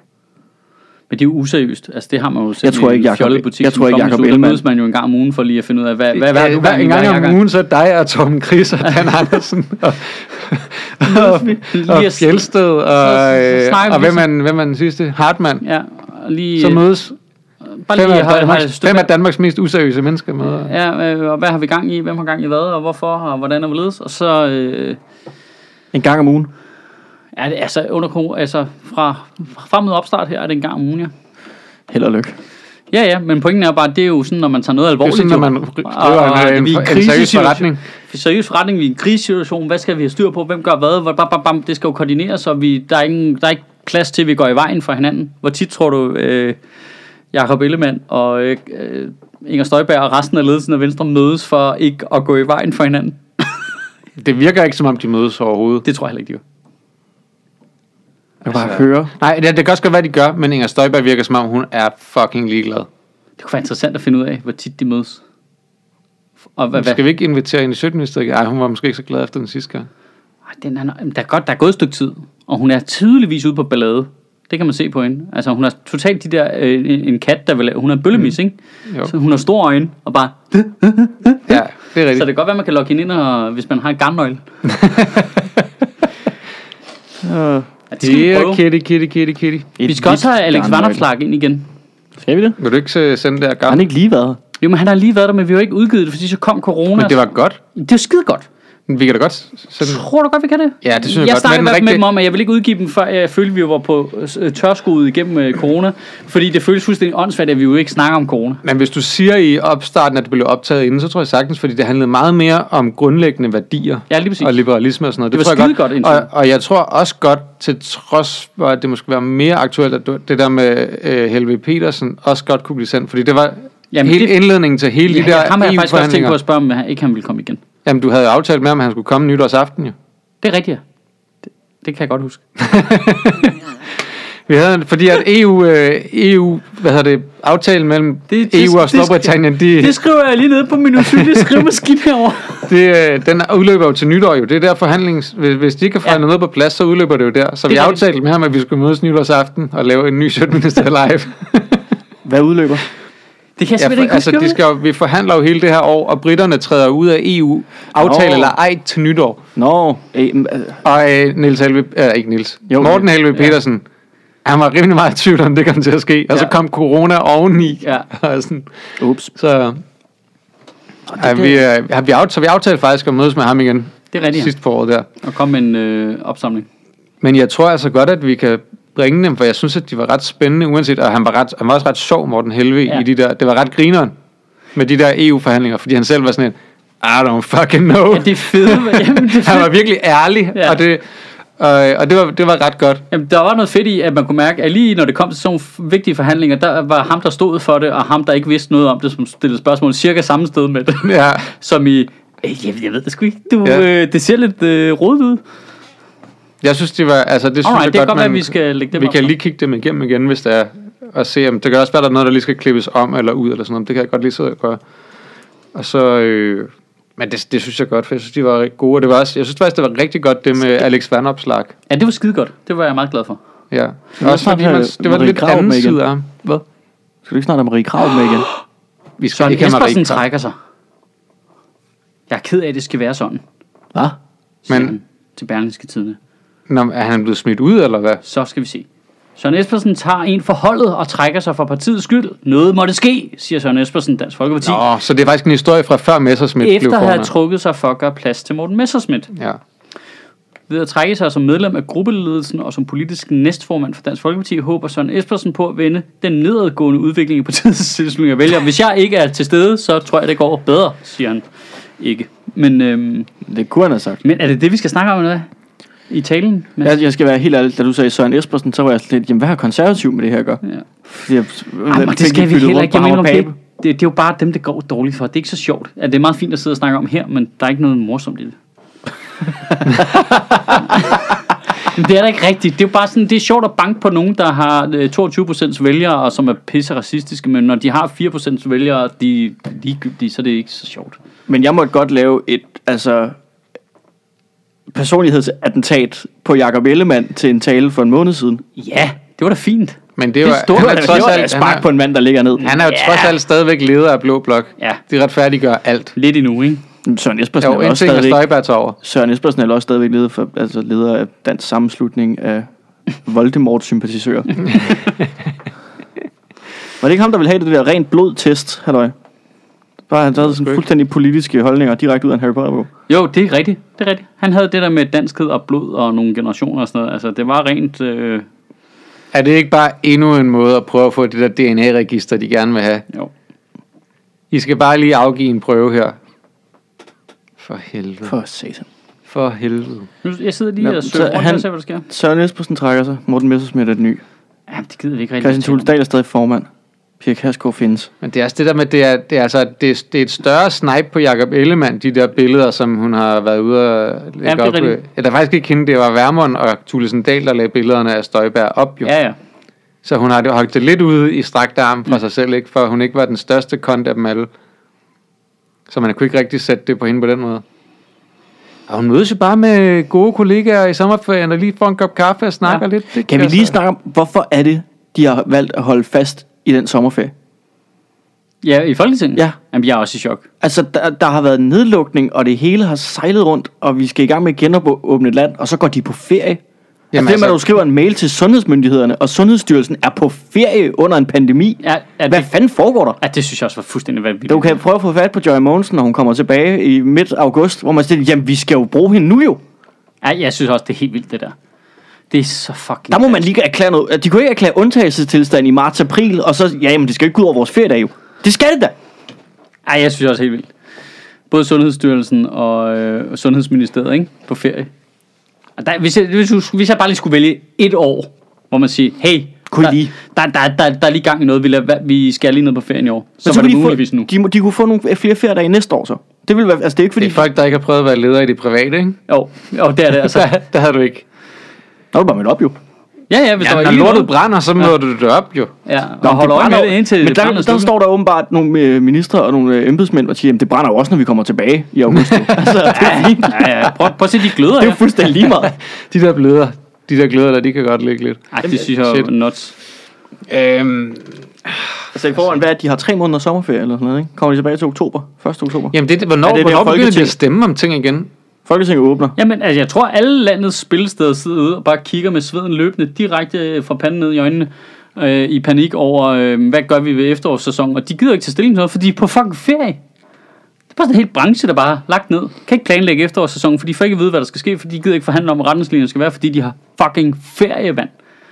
Men det er jo useriøst. Altså, det har man jo selv jeg tror ikke, Jacob, butik, jeg tror ikke, Jacob Ellemann. Der mødes man jo en gang om ugen for lige at finde ud af, hvad, hvad, hvad ja, du hver, en gang om ugen, så er dig og Torben Chris og Dan Andersen og, og, og Fjeldsted og, så, så, så og hvem, man, hvem man den sidste? Hartmann. Ja, lige... Så mødes... Bare Fem, lige, er Danmarks, fem af Danmarks mest useriøse mennesker med. Ja, øh, og hvad har vi gang i? Hvem har gang i hvad? Og hvorfor? Og hvordan er vi ledes? Og så... Øh, en gang om ugen? Ja, det, altså, under, altså fra, fra med opstart her er det en gang om ugen, ja. Held og lykke. Ja, ja, men pointen er bare, det er jo sådan, når man tager noget alvorligt. Det er sådan, når man driver en, en, en, en seriøs forretning. En seriøs forretning, vi er i en krisesituation. Hvad skal vi have styr på? Hvem gør hvad? Bam, bam, bam. Det skal jo koordineres, og vi, der, er ingen, der er ikke plads til, at vi går i vejen for hinanden. Hvor tit tror du... Øh, Jacob Ellemann og øh, Inger Støjberg og resten af ledelsen af Venstre mødes for ikke at gå i vejen for hinanden? Det virker ikke, som om de mødes overhovedet. Det tror jeg heller ikke, de gør. Jeg kan bare altså, høre. Nej, det, det kan også godt være, de gør, men Inger Støjberg virker, som om hun er fucking ligeglad. Det kunne være interessant at finde ud af, hvor tit de mødes. Og hvad, skal hvad? Vi ikke invitere hende i sytten-ministeriet? Ej, hun var måske ikke så glad efter den sidste gang. Ej, den er, der, er godt, der er gået et stykke tid, og hun er tydeligvis ude på ballade. Det kan man se på hende. Altså, hun har totalt de der... Øh, en kat, der vil... Hun er bøllemis, mm. ikke? Jo. Så hun har store øjne, og bare... Ja. det er rigtigt. Så det kan godt være, man kan logge ind, og, hvis man har en garnnøgle. Uh, Ja, det skal vi Yeah, prøve. kitty, kitty, kitty, kitty. Vi skal også have Alex Vanopslagh ind igen. Skal vi det? Vil du ikke se- sende det her Har gang? han ikke lige været her? Jo, men han har lige været der, men vi har jo ikke udgivet det, fordi så kom corona. Men det var godt. Det er skide godt. Vi kan da godt sende det. Tror du godt, vi kan det? Ja, det synes jeg, jeg godt. snakkede Men med, rigtig- med dem om, at jeg ville ikke udgive dem, før jeg følte, at vi var på øh, tørskoet igennem øh, corona. Fordi det føles fuldstændig åndssvagt, at vi jo ikke snakker om corona. Men hvis du siger i opstarten, at det blev optaget inden, så tror jeg sagtens, fordi det handlede meget mere om grundlæggende værdier. Ja, lige præcis. Og liberalisme og sådan noget. Det var tror jeg skide godt indtil. og, og jeg tror også godt, til trods for, at det måske var mere aktuelt, at du- det der med øh, Helve Petersen også godt kunne blive sendt. Fordi det var Jamen, hele det- indledningen til hele Ja, de der jeg har jeg faktisk også tænkt E U-forhandlinger. på at spørge, om han ikke han ville komme igen. Jamen, du havde jo aftalt med ham, at han skulle komme nytårsaften, jo. Det er rigtigt, ja. Det, det kan jeg godt huske. Vi havde, fordi at E U, øh, E U, hvad hedder det, aftalen mellem Det- det- E U og det- Storbritannien, de, Det skriver jeg lige ned på min usynlige skrivemaskine herovre. det, øh, den udløber jo til nytår jo. Det er der forhandlings... Hvis, hvis de ikke kan forhandle Ja. noget på plads, så udløber det jo der. Så Det vi er aftalte med ham, at vi skulle mødes nytårsaften og lave en ny Sjøtminister live. Hvad udløber? Det kan jeg Ja, simpelthen for, ikke altså, huske. de skal, jo- vi forhandler jo hele det her år, og britterne træder ud af E U. Aftale Nå. eller ej til nytår. Nå, eh, øh, Og øh, Niels Helve... Øh, ikke Niels. Jo. Morten Helve Ja. Petersen. Han var rimelig meget i tvivl om, det kom til at ske. Og så Ja. kom corona oveni. Ja. Og sådan, ups. så... Ja, kan- vi, øh, har vi aft- så vi aftalte faktisk at mødes med ham igen Det er rigtigt, ja. sidst på året der. Og komme med en øh, opsamling. Men jeg tror altså godt, at vi kan bringe dem, for jeg synes, at de var ret spændende, uanset, og han var, ret, han var også ret sjov, Morten Helve, Ja. i de der, det var ret grineren med de der E U-forhandlinger, fordi han selv var sådan en, I don't fucking know. Ja, det er fedt. Jamen, det er Han fedt. var virkelig ærlig, Ja. og, det, og, og det, var, det var ret godt. Jamen, der var noget fedt i, at man kunne mærke, at lige når det kom til sådan nogle vigtige forhandlinger, der var ham, der stod for det, og ham, der ikke vidste noget om det, som stillede spørgsmål cirka samme sted med det. Ja. Som i, øh, jeg, jeg ved det sgu ikke, du, Ja. øh, det ser lidt øh, rodet ud. Jeg synes, de var, altså det synes Alright, jeg det kan godt, godt være, man, at vi skal lægge dem vi op kan så. lige kigge dem igennem igen, hvis det er, og se, om det kan også være, der er noget, der lige skal klippes om eller ud, eller sådan noget. Det kan jeg godt lige sidde og gøre. Og så, øh, men det, det synes jeg godt, for jeg synes, de var rigtig gode, og det var også, jeg synes faktisk, det var rigtig godt, det med Alex Vanopslagh. Ja, det var skide godt. Det var jeg meget glad for. Ja, vi også snart fordi have man, det var Marie lidt Krarup anden med igen? side af ham. Hvad? Skal du ikke snart have Marie Krarup med igen? Vi skal Søren ikke have Marie Espersen Krarup. trækker sig. Jeg er ked af, at det skal være sådan. Hvad? Men Men- til Berlingske Tidende. Nå, er han blevet smidt ud, eller hvad? Så skal vi se. Søren Espersen tager en for holdet og trækker sig for partiets skyld. Noget måtte ske, siger Søren Espersen, Dansk Folkeparti. Nå, så det er faktisk en historie fra før Messerschmidt blev Efter at have formand. trukket sig for at gøre plads til Morten Messerschmidt. Ja. Ved at trække sig som medlem af gruppeledelsen og som politisk næstformand for Dansk Folkeparti, håber Søren Espersen på at vende den nedadgående udvikling i partiets tilslutning af vælgere. Hvis jeg ikke er til stede, så tror jeg, det går bedre, siger han ikke. Men, øhm, Det kunne han have sagt. men er det det, vi skal snakke om, eller hvad? I talen? Mads? Jeg, jeg skal være helt ærlig, da du sagde Søren Espersen, så var jeg lidt, jamen hvad har konservativ med det her at gøre? Ja. Fordi jeg, Jamen, det skal vi heller ikke. Jeg mener, det, det, det er jo bare dem, det går dårligt for. Det er ikke så sjovt. Ja, det er meget fint at sidde og snakke om her, men der er ikke noget morsomt i det. Men det er da ikke rigtigt. Det er jo bare sådan, det er sjovt at banke på nogen, der har øh, toogtyve procent vælgere, og som er pisse racistiske, men når de har fire procent vælgere, de er ligegyldige, så er det ikke så sjovt. Men jeg måtte godt lave et, altså, personlighedsattentat på Jakob Ellemann til en tale for en måned siden. Ja, det var da fint. Men det Det var, stod han der, er det trods var alt, et han spark er, på en mand, der ligger ned. han er jo Ja. trods alt stadigvæk leder af Blå Blok. Ja. De retfærdiggør alt. Lidt endnu, ikke? Søren Espersen Jo, er en også ting er stadigvæk, Støjberg tager over. Søren Espersen er også stadigvæk leder, for, altså leder af Dansk Sammenslutning af Voldemort-sympatisører. Var det ikke ham, der ville have det der rent blodtest, halløj? Bare han havde sådan fuldstændig politiske holdninger direkte ud af en Harry Potter-bog. Jo, det er rigtigt. Det er rigtigt. Han havde det der med danskhed og blod og nogle generationer og sådan noget. Altså, det var rent... Øh, Er det ikke bare endnu en måde at prøve at få det der D N A-register, de gerne vil have? jo. I skal bare lige afgive en prøve her. For helvede. For satan. For helvede. Nu, jeg sidder lige Nå, og så søger rundt han- og ser, hvad der sker. Søren Espersen trækker sig. Morten Messerschmidt er den ny. Ja, det gider vi ikke rigtig. Christian Thulesen Dahl er stadig formand. Pia Kjærsgaard findes. Men det er altså det der med, det er, det er, altså, det er, det er et større snipe på Jakob Ellemann, de der billeder, som hun har været ude at lægge Ja, det er op. rigtigt. Ja, der er faktisk ikke hende, det var Vermund og Thulesen Dahl, der lagde billederne af Støjberg op, jo. Ja, ja. Så hun har det holdt det lidt ude i strakt arm fra sig selv, ikke? For hun ikke var den største kont af dem alle. Så man kunne ikke rigtig sætte det på hende på den måde. Og hun mødes jo bare med gode kollegaer i sommerferien, og lige får en kop kaffe og snakker Ja. lidt. Det Kan vi altså- lige snakke om, hvorfor er det, de har valgt at holde fast i den sommerferie? Ja, i Folketinget? Ja. Jamen, jeg er også i chok. Altså, der, der har været nedlukning, og det hele har sejlet rundt, og vi skal i gang med at genåbne et land, og så går de på ferie. Jamen, altså, det altså- med, at du skriver en mail til sundhedsmyndighederne, og Sundhedsstyrelsen er på ferie under en pandemi. Ja, ja, Hvad det, fanden foregår der? ja, det synes jeg også var fuldstændig vanvittigt. Du kan prøve at få fat på Joy Mogensen, når hun kommer tilbage i midt august, hvor man siger, jamen, vi skal jo bruge hende nu jo. Ja, jeg synes også, det er helt vildt, det der. Det er så fucking... Der må man lige erklære noget. De kunne ikke erklære undtagelsestilstand i marts-april, og så, ja, jamen, det skal ikke gå ud over vores feriedag jo. Det skal det da. Ej, jeg synes også helt vildt. Både Sundhedsstyrelsen og øh, Sundhedsministeriet, ikke? På ferie. Og der, hvis, jeg, hvis, jeg, hvis jeg bare lige skulle vælge et år, hvor man siger, hey, Kunne I der, lige? Der, der, der, der er lige gang i noget, vi, lader, vi skal lige ned på ferien i år. Så, Så, så var kunne det de, muligvis få, nu. de, må- de kunne få nogle flere feriedage næste år så. Det vil være, altså det er ikke fordi... Det er folk, der ikke har prøvet at være leder i det private, ikke? Jo, jo, det er det altså. Der, der havde du ikke. Nå, du bare mødt op jo. Ja, ja, hvis Ja, der når var lige lortet noget. brænder, så møder du det op, jo. Ja, Nå, og holde det øje med brænder det indtil jo. Men det der, brænder der står der åbenbart nogle øh, ministre og nogle øh, embedsmænd, der siger, jamen det brænder jo også, når vi kommer tilbage i august. altså, det er fint. Ja, ja, prøv, prøv at se de gløder, Det er jo ja. fuldstændig lige meget. De der bløder, de der gløder der, de kan godt ligge lidt. Ej, det synes jeg Shit. er nuts. Øhm, Altså i forvejen, hvad er det, de har tre måneder sommerferie eller sådan noget, ikke? Kommer de tilbage til oktober? første oktober? jamen, det, hvornår, Ja, det er det, hvornår begynder de Folketing- at stemme om ting igen? Folketinget åbner. Jamen, altså, jeg tror, alle landets spillesteder sidder ude og bare kigger med sveden løbende direkte fra panden ned i øjnene øh, i panik over, øh, hvad gør vi ved efterårssæsonen, og de gider ikke til stilling til noget, fordi de er på fucking ferie. Det er bare sådan en hel branche, der bare er lagt ned. Kan ikke planlægge efterårssæsonen, fordi de får ikke at vide, hvad der skal ske, fordi de gider ikke forhandle om, hvad retningslinjerne skal være, fordi de har fucking ferievand.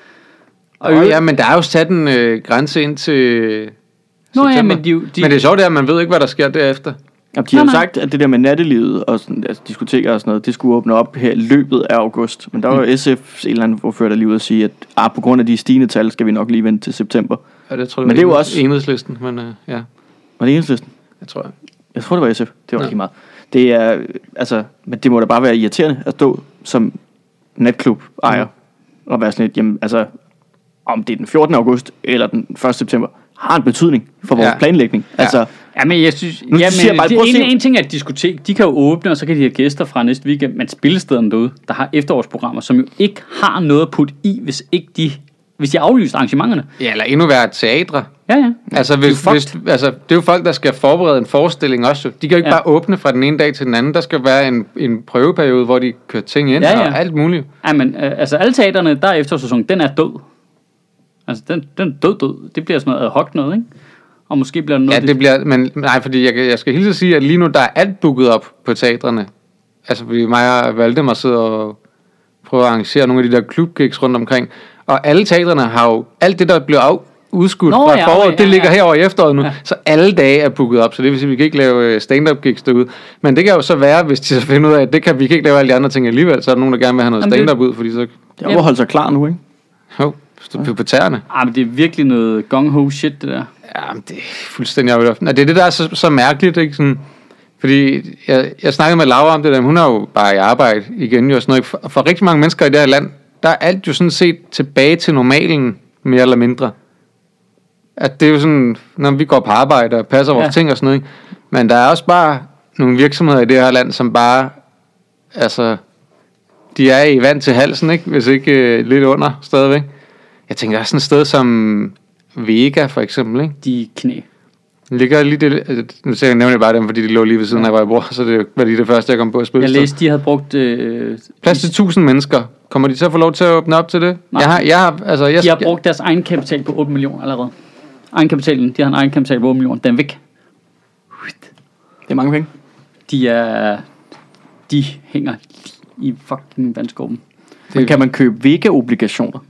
Og Åh, oh, ja, men der er jo sat en øh, grænse ind til Nå ja, september. men de, de, Men det er sjovt, det er, at man ved ikke, hvad der sker derefter. Jamen, de har Nej, jo nej. sagt, at det der med nattelivet og sådan, altså, diskoteker og sådan noget, det skulle åbne op her i løbet af august. Men der var jo S F's en eller anden ordfører, der lige ude at sige, at ah, på grund af de stigende tal, skal vi nok lige vente til september. Ja, det tror jeg, Men det er jo var også- Enhedslisten, men øh, ja, Var det Enhedslisten? jeg tror jeg. Jeg tror, det var S F. Det var Ja. ikke meget. Det er, øh, altså, men det må da bare være irriterende at stå som natklub ejer mm. og være sådan lidt, jamen, altså, om det er den fjortende august eller den første september, har en betydning for vores Ja. planlægning. Ja. Altså, Ja, men jeg synes... Nu Ja, siger jeg men bare, det, prøv at en, se- en ting er et diskotek. De kan jo åbne, og så kan de have gæster fra næste weekend. Men spillestederne derude, der har efterårsprogrammer, som jo ikke har noget at putte i, hvis ikke de... Hvis de aflyser arrangementerne. Ja, eller endnu værre teatre. Ja, ja. Altså, hvis, Det er hvis, altså, det er jo folk, der skal forberede en forestilling også. De kan jo ikke Ja. ja. bare åbne fra den ene dag til den anden. Der skal være en, en prøveperiode, hvor de kører ting ind Ja, ja. og alt muligt. Ja, men øh, altså alle teaterne, der er efterårssæsonen, den er død. Altså, den, den er død, død. Det bliver sådan noget ad hoc noget, ikke? Og måske bliver det noget... Ja, det bliver, men nej, fordi jeg, jeg skal hilse at sige, at lige nu, der er alt booket op på teatrene. Altså, vi mig og Valdemar sidder og prøver at arrangere nogle af de der klubgigs rundt omkring. Og alle teatrene har jo, alt det, der bliver af, udskudt Nå, fra ja, foråret, okay, det ja, ligger ja. herover i efteråret nu. Ja. Så alle dage er booket op, så det vil sige, at vi kan ikke lave øh, stand-up gigs derude. Men det kan jo så være, hvis de så finder ud af, at det kan, vi kan ikke lave alle de andre ting alligevel, så er der nogen, der gerne vil have noget Jamen, det- stand-up ud, fordi så, det er overholdt sig klar nu, ikke? jo, stå på, på tæerne. Ah, men det er virkelig noget gung-ho shit, det der. Ja, men det er fuldstændig afgjort. Det er det, der er så, så mærkeligt, ikke? Sådan, fordi jeg, jeg snakkede med Laura om det der, men hun er jo bare i arbejde igen, jo, og sådan noget. For, for rigtig mange mennesker i det her land, der er alt jo sådan set tilbage til normalen, mere eller mindre. At det er jo sådan, når vi går på arbejde og passer vores Ja. ting og sådan noget, ikke? Men der er også bare nogle virksomheder i det her land, som bare, altså, de er i vand til halsen, ikke? Hvis ikke øh, lidt under stadigvæk. Jeg tænker, der er sådan et sted som Vega for eksempel, ikke? De knæ. Ligger lige det, altså, nu siger jeg nævner jeg bare dem, fordi de lå lige ved siden af, hvor jeg bor, så det var lige det første, jeg kom på at spille. Jeg læste, de havde brugt... Øh, Plads til tusind mennesker. Kommer de så at få lov til at åbne op til det? Nej. Jeg har, jeg har, altså, jeg, de har brugt deres egenkapital på otte millioner allerede. Egenkapitalen, de har en egenkapital på otte millioner. Den er væk. Det er mange penge. De er... De hænger lige i fucking vandskåben. Men kan man købe Vega-obligationer?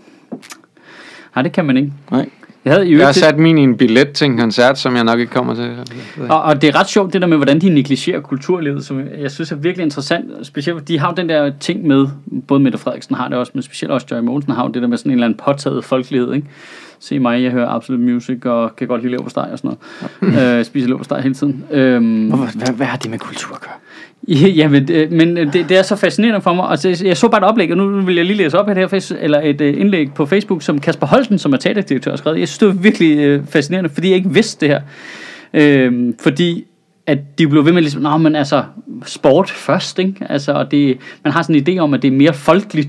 Nej, det kan man ikke. Nej. Jeg havde i jeg har øvrigt til- sat min i en billet til en koncert, som jeg nok ikke kommer til. Og, og det er ret sjovt, det der med, hvordan de negligerer kulturlivet, som jeg synes er virkelig interessant. Specielt, de har jo den der ting med, både Mette Frederiksen har det også, men specielt også Joy Mogensen har jo det der med sådan en eller anden påtaget folkelighed, ikke? Se mig, jeg hører Absolute Music, og kan godt lide leverpostej og sådan noget. øh, spiser leverpostej hele tiden. Øhm, Hvorfor, hvad, hvad har det med kultur at gøre? Ja, men, det, men det, det er så fascinerende for mig. Altså, jeg så bare et oplæg, og nu vil jeg lige læse op et, her, eller et uh, indlæg på Facebook, som Kasper Holten, som er teaterdirektør, har skrevet. Jeg synes, det var virkelig uh, fascinerende, fordi jeg ikke vidste det her. Øhm, fordi at de blev ved med ligesom, nå, men altså, sport først, ikke? Altså, og det, man har sådan en idé om, at det er mere folkeligt,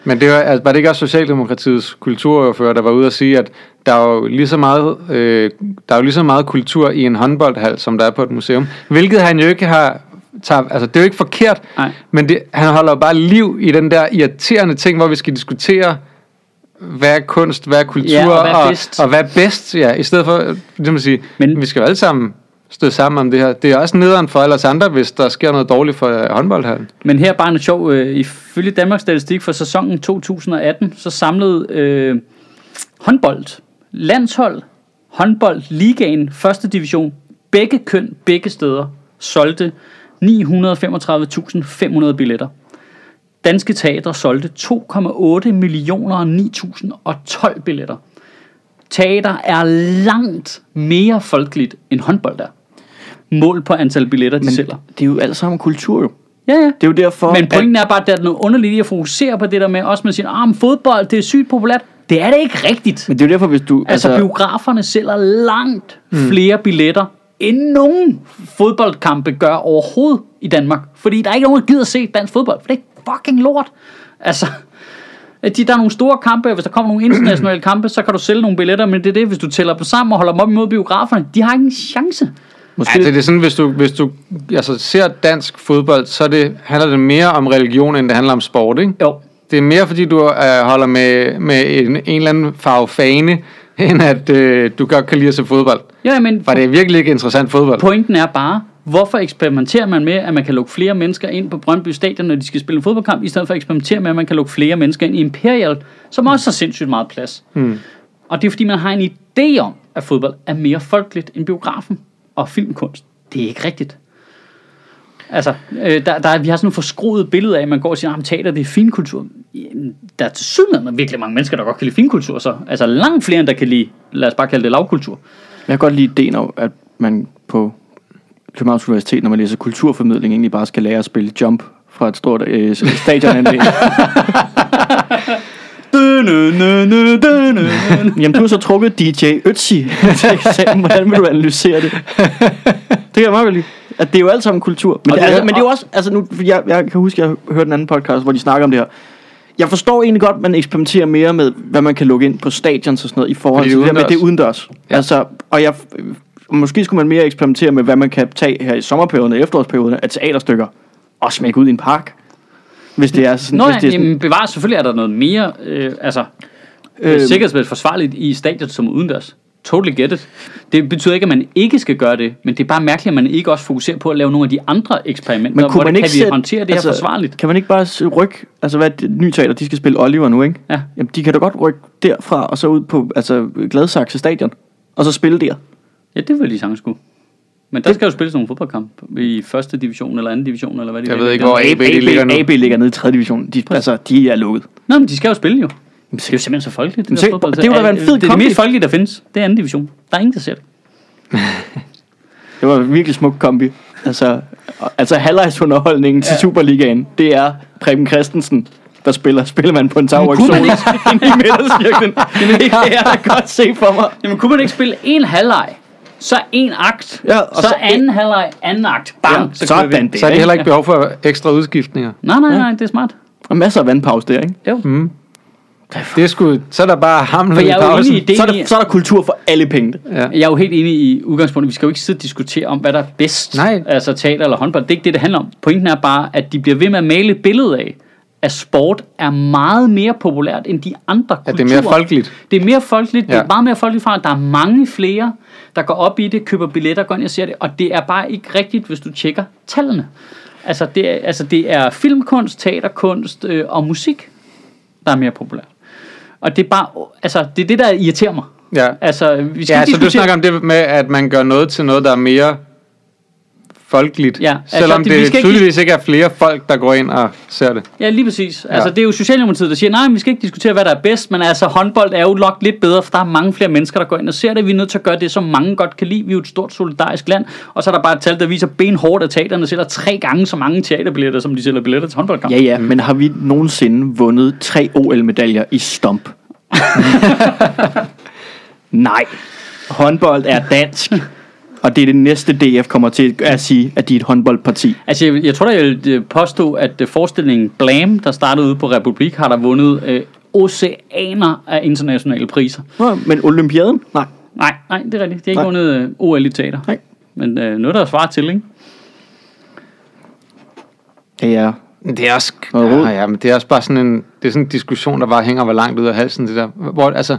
Men det var, altså, var det ikke også Socialdemokratiets kulturordfører, der var ude at sige, at der er jo lige så meget, øh, der er jo lige så meget kultur i en håndboldhal, som der er på et museum. Hvilket han jo ikke har... Tager, altså det er jo ikke forkert, Nej. men det, han holder jo bare liv i den der irriterende ting, hvor vi skal diskutere, hvad er kunst, hvad er kultur, Ja, og hvad er og, bedst. og hvad er bedst, ja, i stedet for, det må sige, Men- vi skal jo alle sammen stå sammen om det her. Det er også nederen for alle os andre, hvis der sker noget dårligt for uh, håndboldhallen. Men her er bare noget sjov. Øh, ifølge Danmarks Statistik for sæsonen to tusind og atten, så samlede øh, håndbold, landshold, håndbold, ligaen, første division, begge køn, begge steder, solgte ni hundrede og femogtredive tusind fem hundrede billetter. Danske teatre solgte to komma otte millioner og ni tusind og tolv billetter. Teater er langt mere folkeligt end håndbold er. Mål på antal billetter, de Men sælger. det er jo alt sammen kultur jo. Ja, ja. Det er jo derfor... Men pointen er bare, at der er noget underligt i at fokusere på det der med, også man siger, ah, men fodbold, det er sygt populært. Det er det ikke rigtigt. Men det er jo derfor, hvis du... Altså, altså biograferne sælger langt flere billetter, end nogen fodboldkampe gør overhovedet i Danmark. Fordi der er ikke nogen, der gider at se dansk fodbold, for det er fucking lort. Altså, de, der er nogle store kampe, hvis der kommer nogle internationale kampe, så kan du sælge nogle billetter, men det er det, hvis du tæller dem sammen og holder dem op imod biograferne, de har ikke en chance. Måske... Altså det er sådan, hvis du, hvis du altså, ser dansk fodbold, så det, handler det mere om religion, end det handler om sport, ikke? Jo. Det er mere fordi du øh, holder med, med en, en eller anden farve fane, end at øh, du godt kan lide at se fodbold. Ja, men For det er virkelig ikke interessant fodbold. pointen er bare, hvorfor eksperimenterer man med, at man kan lukke flere mennesker ind på Brøndby Stadion, når de skal spille en fodboldkamp, i stedet for at eksperimentere med, at man kan lukke flere mennesker ind i Imperial, som også har sindssygt meget plads. Hmm. Og det er fordi, man har en idé om, at fodbold er mere folkeligt end biografen og filmkunst. Det er ikke rigtigt. Altså, øh, der, der, vi har sådan nogle forskruede billeder af, at man går og siger, at teater, det er finkultur. Der er til syden virkelig mange mennesker, der godt kan lide finkultur, så altså langt flere, end der kan lide, lad os bare kalde det lavkultur. Jeg kan godt lide ideen om, at man på Københavns Universitet, når man læser kulturformidling, egentlig bare skal lære at spille jump fra et stort øh, stadionanlæg. Jamen, du har så trukket D J Ötzi til eksamen. Hvordan vil du analysere det? Det kan jeg meget godt lide. At det er jo alt sammen kultur. Men, Og det, det er- altså, men det er jo også... Altså nu, jeg, jeg kan huske, jeg har hørt en anden podcast, hvor de snakker om det her. Jeg forstår egentlig godt, at man eksperimenterer mere med, hvad man kan lukke ind på stadions og sådan noget, i forhold Fordi til det er det der med, det er udendørs. Ja. Altså, og jeg... Måske skulle man mere eksperimentere med, hvad man kan tage her i sommerperioden og efterårsperioden af teaterstykker og smække ud i en park. Hvis det er sådan... Nå, hvis ja, det er sådan jamen, bevares, selvfølgelig er der noget mere, øh, altså, øh, Øhm. sikkerhedsmæssigt forsvarligt i stadion som udendørs. Totally get it. Det betyder ikke, at man ikke skal gøre det, men det er bare mærkeligt, at man ikke også fokuserer på at lave nogle af de andre eksperimenter, Men kunne hvor man det, ikke kan vi sætte- håndtere det altså, her forsvarligt. Kan man ikke bare s- rykke, altså hvad er det nye teater, de skal spille Oliver nu, ikke? Ja. Jamen, de kan da godt rykke derfra og så ud på, altså Gladsaxe Stadion, og så spille der. Ja, det vil de sagtens skulle. Men der skal jo spilles nogle fodboldkamp i første division eller anden division, eller hvad de Jeg vil. ved ikke, hvor A B de ligger nu. A B ligger nede i tredje division. De, altså, de er lukket. Nå, men de skal jo spille jo. Det er jo simpelthen så folkeligt. Men Det, se, der fodbold. det kunne da være en fed Det er det kombi. mest folkelige, der findes. Det er anden division. Der er ingen, der ser det. Det var en virkelig smuk kombi. Altså, altså halvlejsunderholdningen til Ja. Superligaen, det er Preben Christensen, der spiller. Spiller man på en tagryk kunne man solo inde i midtercirklen. Det kan jeg da godt se for mig. Jamen, kunne man ikke spille en halvleg, så en akt, Ja, og og så, så anden halvleg, anden akt, bang, Ja, så sådan kører vi. der. Så er de heller ikke behov for ekstra udskiftninger. Nej, nej, nej, det er smart. Og masser af vandpause der, ikke? Jo. Mm. Det er sgu, så er der bare hamlet For i jeg er jo pausen. enig i det. Så er, der, så er der kultur for alle pengene. Ja. Jeg er jo helt enig i udgangspunktet. Vi skal jo ikke sidde og diskutere om, hvad der er bedst. Nej. Altså teater eller håndbold. Det er ikke det, det handler om. Pointen er bare, at de bliver ved med at male et billede af, at sport er meget mere populært end de andre Ja, kulturer. det er mere folkeligt. Det er mere folkeligt. Det Ja. er meget mere folkeligt fra. Der er mange flere, der går op i det, køber billetter, går ind og ser det. Og det er bare ikke rigtigt, hvis du tjekker tallene. Altså det er, altså, det er filmkunst, teaterkunst øh, og musik, der er mere populært. Og det er bare, altså det er det, der irriterer mig. Ja. Altså, vi skal Ja, ikke så du diskutere- snakker om det med, at man gør noget til noget, der er mere folkeligt. Ja, altså, selvom det- vi det skal ikke- tydeligvis ikke er flere folk, der går ind og ser det. Ja, lige præcis. Altså, Ja. det er jo Socialdemokratiet, der siger, nej, vi skal ikke diskutere, hvad der er bedst, men altså, håndbold er jo nok lidt bedre, for der er mange flere mennesker, der går ind og ser det. Vi er nødt til at gøre det, som mange godt kan lide. Vi er jo et stort solidarisk land, og så er der bare et tal, der viser benhårdt, at teaterne sælger tre gange så mange teaterbilletter, som de sælger billetter til håndboldkamp. Ja, ja, men har vi nogensinde vundet tre O L-medaljer i stomp? Nej. Håndbold er dansk. Og det er det næste D F kommer til at sige, at de er et håndboldparti. Altså, jeg, jeg tror da, jeg vil påstå, at forestillingen Blam, der startede ude på Republik, har der vundet øh, oceaner af internationale priser. Nå, men Olympiaden? Nej. Nej, nej, det er rigtigt. De har ikke Nej. vundet øh, O L i teater. Nej. Men øh, noget, der er svaret til, ikke? Det er... Det er også, Noget rod. ja, ja, men det er også bare sådan en, det er sådan en diskussion, der bare hænger hvor langt ud af halsen, det der. Hvor, altså,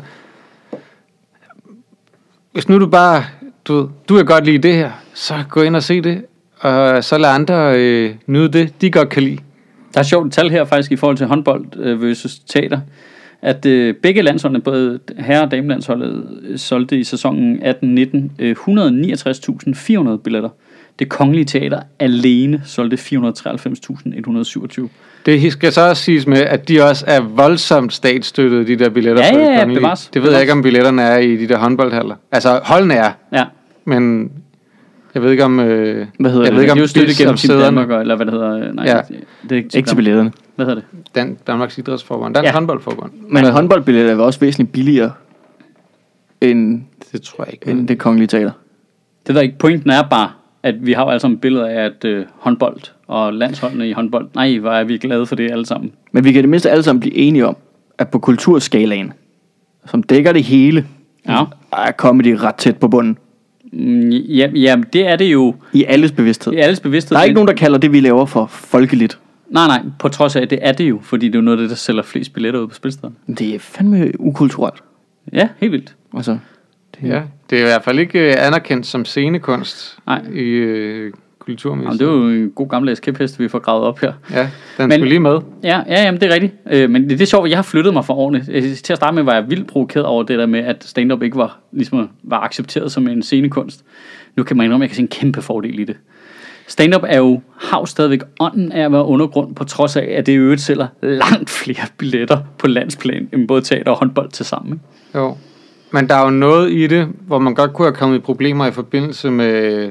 hvis nu du bare, du ved, du kan godt lide det her, så gå ind og se det, og så lad andre øh, nyde det, de godt kan lide. Der er sjovt tal her faktisk i forhold til håndbold øh, versus teater, at øh, begge landsholdene, både herre- og damelandsholdet, øh, solgte i sæsonen atten nitten øh, et hundrede og niogtres tusind fire hundrede billetter. Det Kongelige Teater alene solgte fire hundrede og treoghalvfems tusind et hundrede og syvogtyve. Det skal så også siges med, at de også er voldsomt statsstøttede, de der billetter. Ja, for det ja, ja, kongelige. bevares. Det ved jeg ikke, om billetterne er i de der håndboldhaller. Altså, holdene er, Ja, men jeg ved ikke om... Øh, Hvad hedder jeg det? ved ikke, det om er jo støtte Bis- gennem om Team sæderne. Danmark, eller hvad det hedder. Nej, Ja. det er ikke, Ikke til billetterne. Hvad hedder det? Dan, Danmarks Idrætsforbund, Dansk Ja. ja. Håndboldforbund. Men håndboldbilletter er også væsentligt billigere end, Det tror jeg ikke. end det kongelige teater. Det der ikke. Pointen er bare, at vi har jo alle sammen billeder af, at øh, håndbold og landsholdene i håndbold, nej, hvor er vi glade for det alle sammen. Men vi kan det mindste alle sammen blive enige om, at på kulturskalaen, som dækker det hele, Ja. er comedy ret tæt på bunden. Mm, ja, ja, det er det jo I alles bevidsthed. i alles bevidsthed. Der er ikke nogen, der kalder det, vi laver, for folkeligt. Nej, nej, på trods af, det er det jo, fordi det er jo noget af det, der sælger flest billetter ud på spilstederne. Det er fandme ukulturelt. Ja, helt vildt. Altså, det, Ja, det er i hvert fald ikke øh, anerkendt som scenekunst Nej. i øh, kulturministeriet. Jamen, det er jo en god gammeldags kæphest, vi får gravet op her. Ja, den Men- skulle lige med. Ja, ja, jamen, det er rigtigt. Øh, men det, det er sjovt, at jeg har flyttet mig for årene. Øh, Til at starte med var jeg vildt provokeret over det der med, at stand-up ikke var, ligesom, var accepteret som en scenekunst. Nu kan man indrømme, at jeg kan se en kæmpe fordel i det. Stand-up er jo, har jo stadigvæk ånden af at være undergrund, på trods af, at det i øvrigt sælger langt flere billetter på landsplan, end både teater og håndbold til sammen. Ikke? Jo. Men der er jo noget i det, hvor man godt kunne have kommet i problemer i forbindelse med,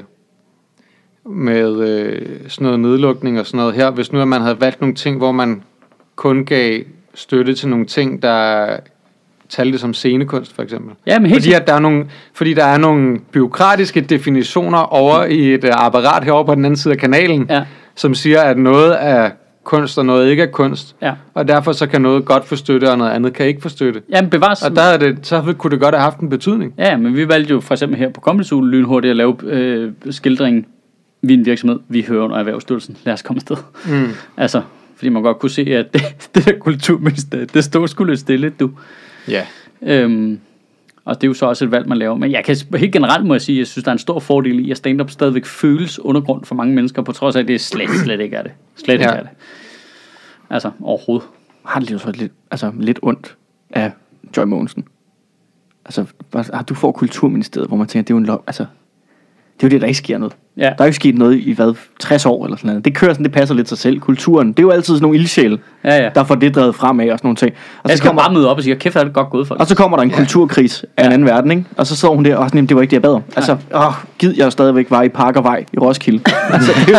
med øh, sådan noget nedlukning og sådan noget her. Hvis nu at man havde valgt nogle ting, hvor man kun gav støtte til nogle ting, der talte som scenekunst, for eksempel. Ja, men helt Fordi, at der er nogle, fordi der er nogle byråkratiske definitioner over i et uh, apparat herovre på den anden side af kanalen, Ja. som siger, at noget er kunst, og noget ikke er kunst. Ja. Og derfor så kan noget godt få støtte, og noget andet kan ikke få støtte. Jamen bevares. Og der er det, så kunne det godt have haft en betydning. Ja, men vi valgte jo for eksempel her på Comedy Zoo lynhurtigt at lave øh, skildringen. Vi er en virksomhed, vi hører under Erhvervsstyrelsen. Lad os komme afsted. Mm. Altså, fordi man godt kunne se, at det, det der kulturminister, det stod sgu lidt stille, du. Ja. Øhm, og det er jo så også et valg, man laver. Men jeg kan helt generelt må jeg sige, at jeg synes, der er en stor fordel i, at stand-up stadigvæk føles undergrund for mange mennesker, på trods af, at det slet, slet ikke er det. Slet ikke Ja. er det. Altså, overhovedet. har det jo så lidt, altså, lidt ondt af Joy Mogensen. Altså, bare- du får Kulturministeriet, hvor man tænker, det er jo en lov, altså, det er jo det, der ikke sker noget. Ja. Der er jo ikke sket noget i, hvad, tres år eller sådan noget. Det kører sådan, det passer lidt sig selv. Kulturen, det er jo altid sådan nogle ildsjæle, Ja, ja. der får det drevet fremad og sådan nogle ting. Og Jeg så, skal kommer, bare møde op og sige, kæft, er det godt gået for og så kommer der en kulturkris af en anden verden, ikke? Og så står hun der og sådan, "Jamen, det var ikke det, jeg bad om." Altså, åh, gid jeg stadigvæk var i Parkervej i Roskilde. Altså, det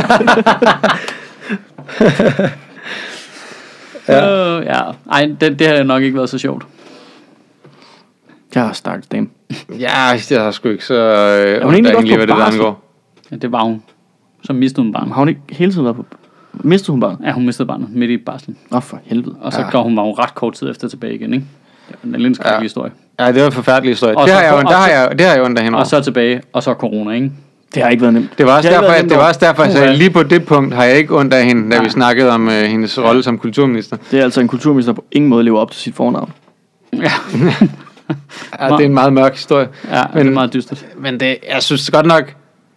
er jo- Ja. Øh, ja. Ej, det, det har nok ikke været så sjovt. jeg har stakkels dame. Ja, jeg har sgu ikke så øh, hun egentlig opdaget godt lige, på hvad det der barsel? angår. Ja, det var hun. Så mistede hun barnet. Har hun ikke hele tiden været på... Mistede hun barnet? Ja, hun mistede barnet midt i barslen. Åh, for helvede. Og så Ja. går hun, var hun ret kort tid efter tilbage igen, ikke? Det var en lidt skrækkelig Ja. historie. Ja, det var en forfærdelig historie. Og Det så- har jeg jo, og der så- har jeg, det har jeg jo under hende over. Og så tilbage, og så corona, ikke? Det har ikke været nemt. Det var også Det har ikke derfor, været at, nemt det var år. også derfor, jeg sagde, Uha. lige på det punkt har jeg ikke ondt af hende, da Nej. vi snakkede om øh, hendes rolle som kulturminister. Det er altså en kulturminister, der på ingen måde lever op til sit fornavn. Ja, Ja, det er en meget mørk historie. ja men, det er meget dystert. Men det, jeg synes godt nok...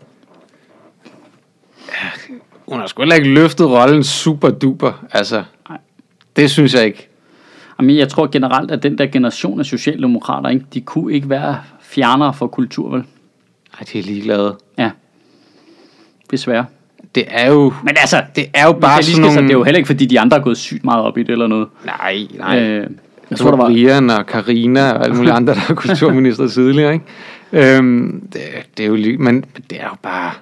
Ja, hun har sgu heller ikke løftet rollen super duper. Altså, Nej. det synes jeg ikke. Jamen, jeg tror generelt, at den der generation af socialdemokrater, ikke, de kunne ikke være fjernere for kultur, vel? Ej, de er ligeglade. Ja. Desværre. Det er jo... Men altså, Det er jo bare bare lige sådan skal, nogle... så, det er jo heller ikke, fordi de andre er gået sygt meget op i det eller noget. Nej, nej. Øh, Jeg tror, der var... Brian og Karina og alle mulige andre, der er kulturminister tidligere, ikke? Øhm, det, det er jo lige... Men det er jo bare...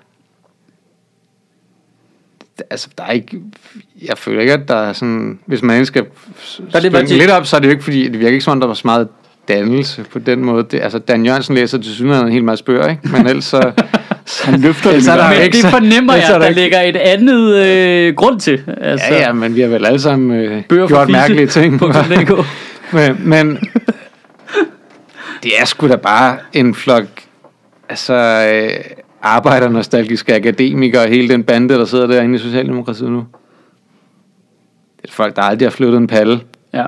Altså, der er ikke... Jeg føler ikke, at der er sådan... Hvis man skal er lidt- spænde lidt op, så er det jo ikke, fordi... Det virker ikke som om, der var så meget dannelse på den måde. Det, altså, Dan Jørgensen læser til synligheden en hel masse bøger, ikke? Men ellers så, Han løfter Ellers det er der med. Men ikke det så- fornemmer ellers jeg, er der der ikke- ligger et andet øh, grund til. Altså, Ja, ja, men vi har vel alle sammen øh, Bøger for gjort fise mærkelige ting. punktum d k. men, men det er sgu da bare en flok altså øh, arbejdernostalgiske akademikere og hele den bande, der sidder derinde i Socialdemokratiet nu. Det er folk, der aldrig har flyttet en palle. Ja.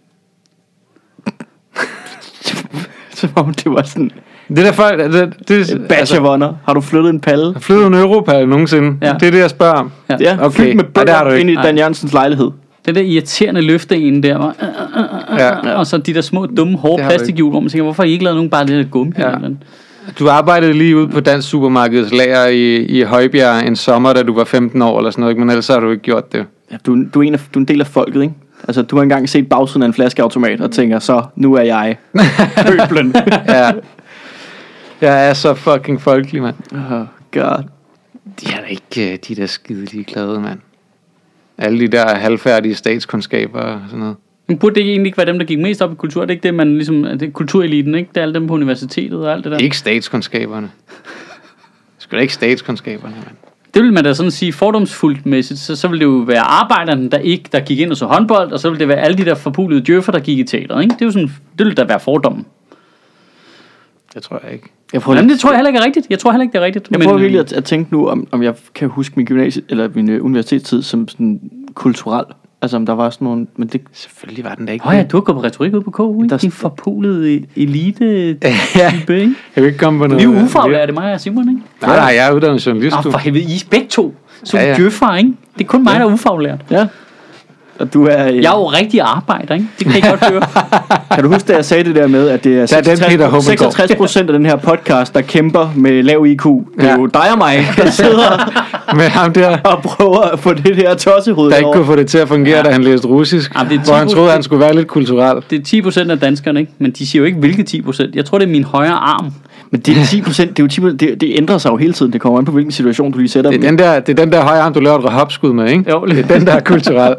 Som om det var sådan Det der folk, det, det, en badge of honor. Har du flyttet en palle? har flyttet en europalle nogensinde? Ja. Det er det, jeg spørger om. Ja. Ja, Okay. fyldt med Ja, det har du bøger ikke. ind i Nej. Dan Jørgensens lejlighed. Det der irriterende løfte en der, var, øh, øh, øh, Ja. og så de der små, dumme, hårde Det har du plastikhjul, hvor man tænker, hvorfor har I ikke lavet nogen bare lidt gummi? Ja. Eller noget? Du arbejdede lige ude på Dansk Supermarkeds lager i, i Højbjerg en sommer, da du var femten år eller sådan noget, ikke? Men ellers har du ikke gjort det. Ja, du, du, er en af, du er en del af folket, ikke? Altså, du har engang set bagsiden af en flaskeautomat og tænker, så nu er jeg pøblen. Ja. Jeg er så fucking folkelig, mand. Oh god. De er da ikke, øh, de der skide ligeglade, mand. Alle de der halvfærdige statskundskaber og sådan noget. Men burde det egentlig ikke være dem, der gik mest op i kultur? Det er ikke det, man ligesom, det er kultureliten, ikke? Det er alle dem på universitetet og alt det der. Ikke statskundskaberne. Sgu da ikke statskundskaberne, mand. Det vil man da sådan sige fordomsfuldt mæssigt, så, så vil det jo være arbejderne, der ikke der gik ind og så håndbold, og så vil det være alle de der forpulede djøffer, der gik i teateret, ikke? Det er jo sådan, det vil da være fordommen. Det tror jeg ikke. Jeg prøver, Jamen, det tror jeg heller ikke er rigtigt. Jeg tror heller ikke, det er rigtigt. jeg prøver virkelig at, at tænke nu, om, om jeg kan huske min gymnasie eller min øh, universitetstid som sådan kulturel. Altså om der var sådan nogle, men det Selvfølgelig var den da ikke. Åh oh, ja, du har gået på retorik ude på K U, ikke? Der- Din forpulede elite Ja. type, ikke? Jeg vil ikke komme på noget. Vi er jo ufaglærte, mig og Simon, ikke? Nej, nej, jeg er uddannet journalist. Åh, du. for helvede, I er begge to. Så Ja, ja, ja. ja. djøffer, ikke? Det er kun mig, der er ufaglært. ja. Og du er, øh, Jeg er jo rigtig arbejder, ikke? Det kan I godt høre. kan du huske, da jeg sagde det der med, at det er Der er den Peter Hummelgaard. seksogtres procent af den her podcast, der kæmper med lav I Q. Det er Ja. jo dig og mig, der sidder Med ham der, og prøver at få det der tossehoved der ikke over. kunne få det til at fungere, ja. Da han læste russisk. Jamen, det er hvor han ti troede, procent. han skulle være lidt kulturel. Det er ti procent af danskerne, ikke? Men de siger jo ikke, hvilke ti procent. Jeg tror, det er min højre arm. Men det er ti procent, det er jo ti procent, det, det ændrer sig jo hele tiden. Det kommer an på, hvilken situation du lige sætter Det er dem i. den der, det er den der højre arm, du laver et hopskud med, ikke? Jo, Det er den, der er kulturel.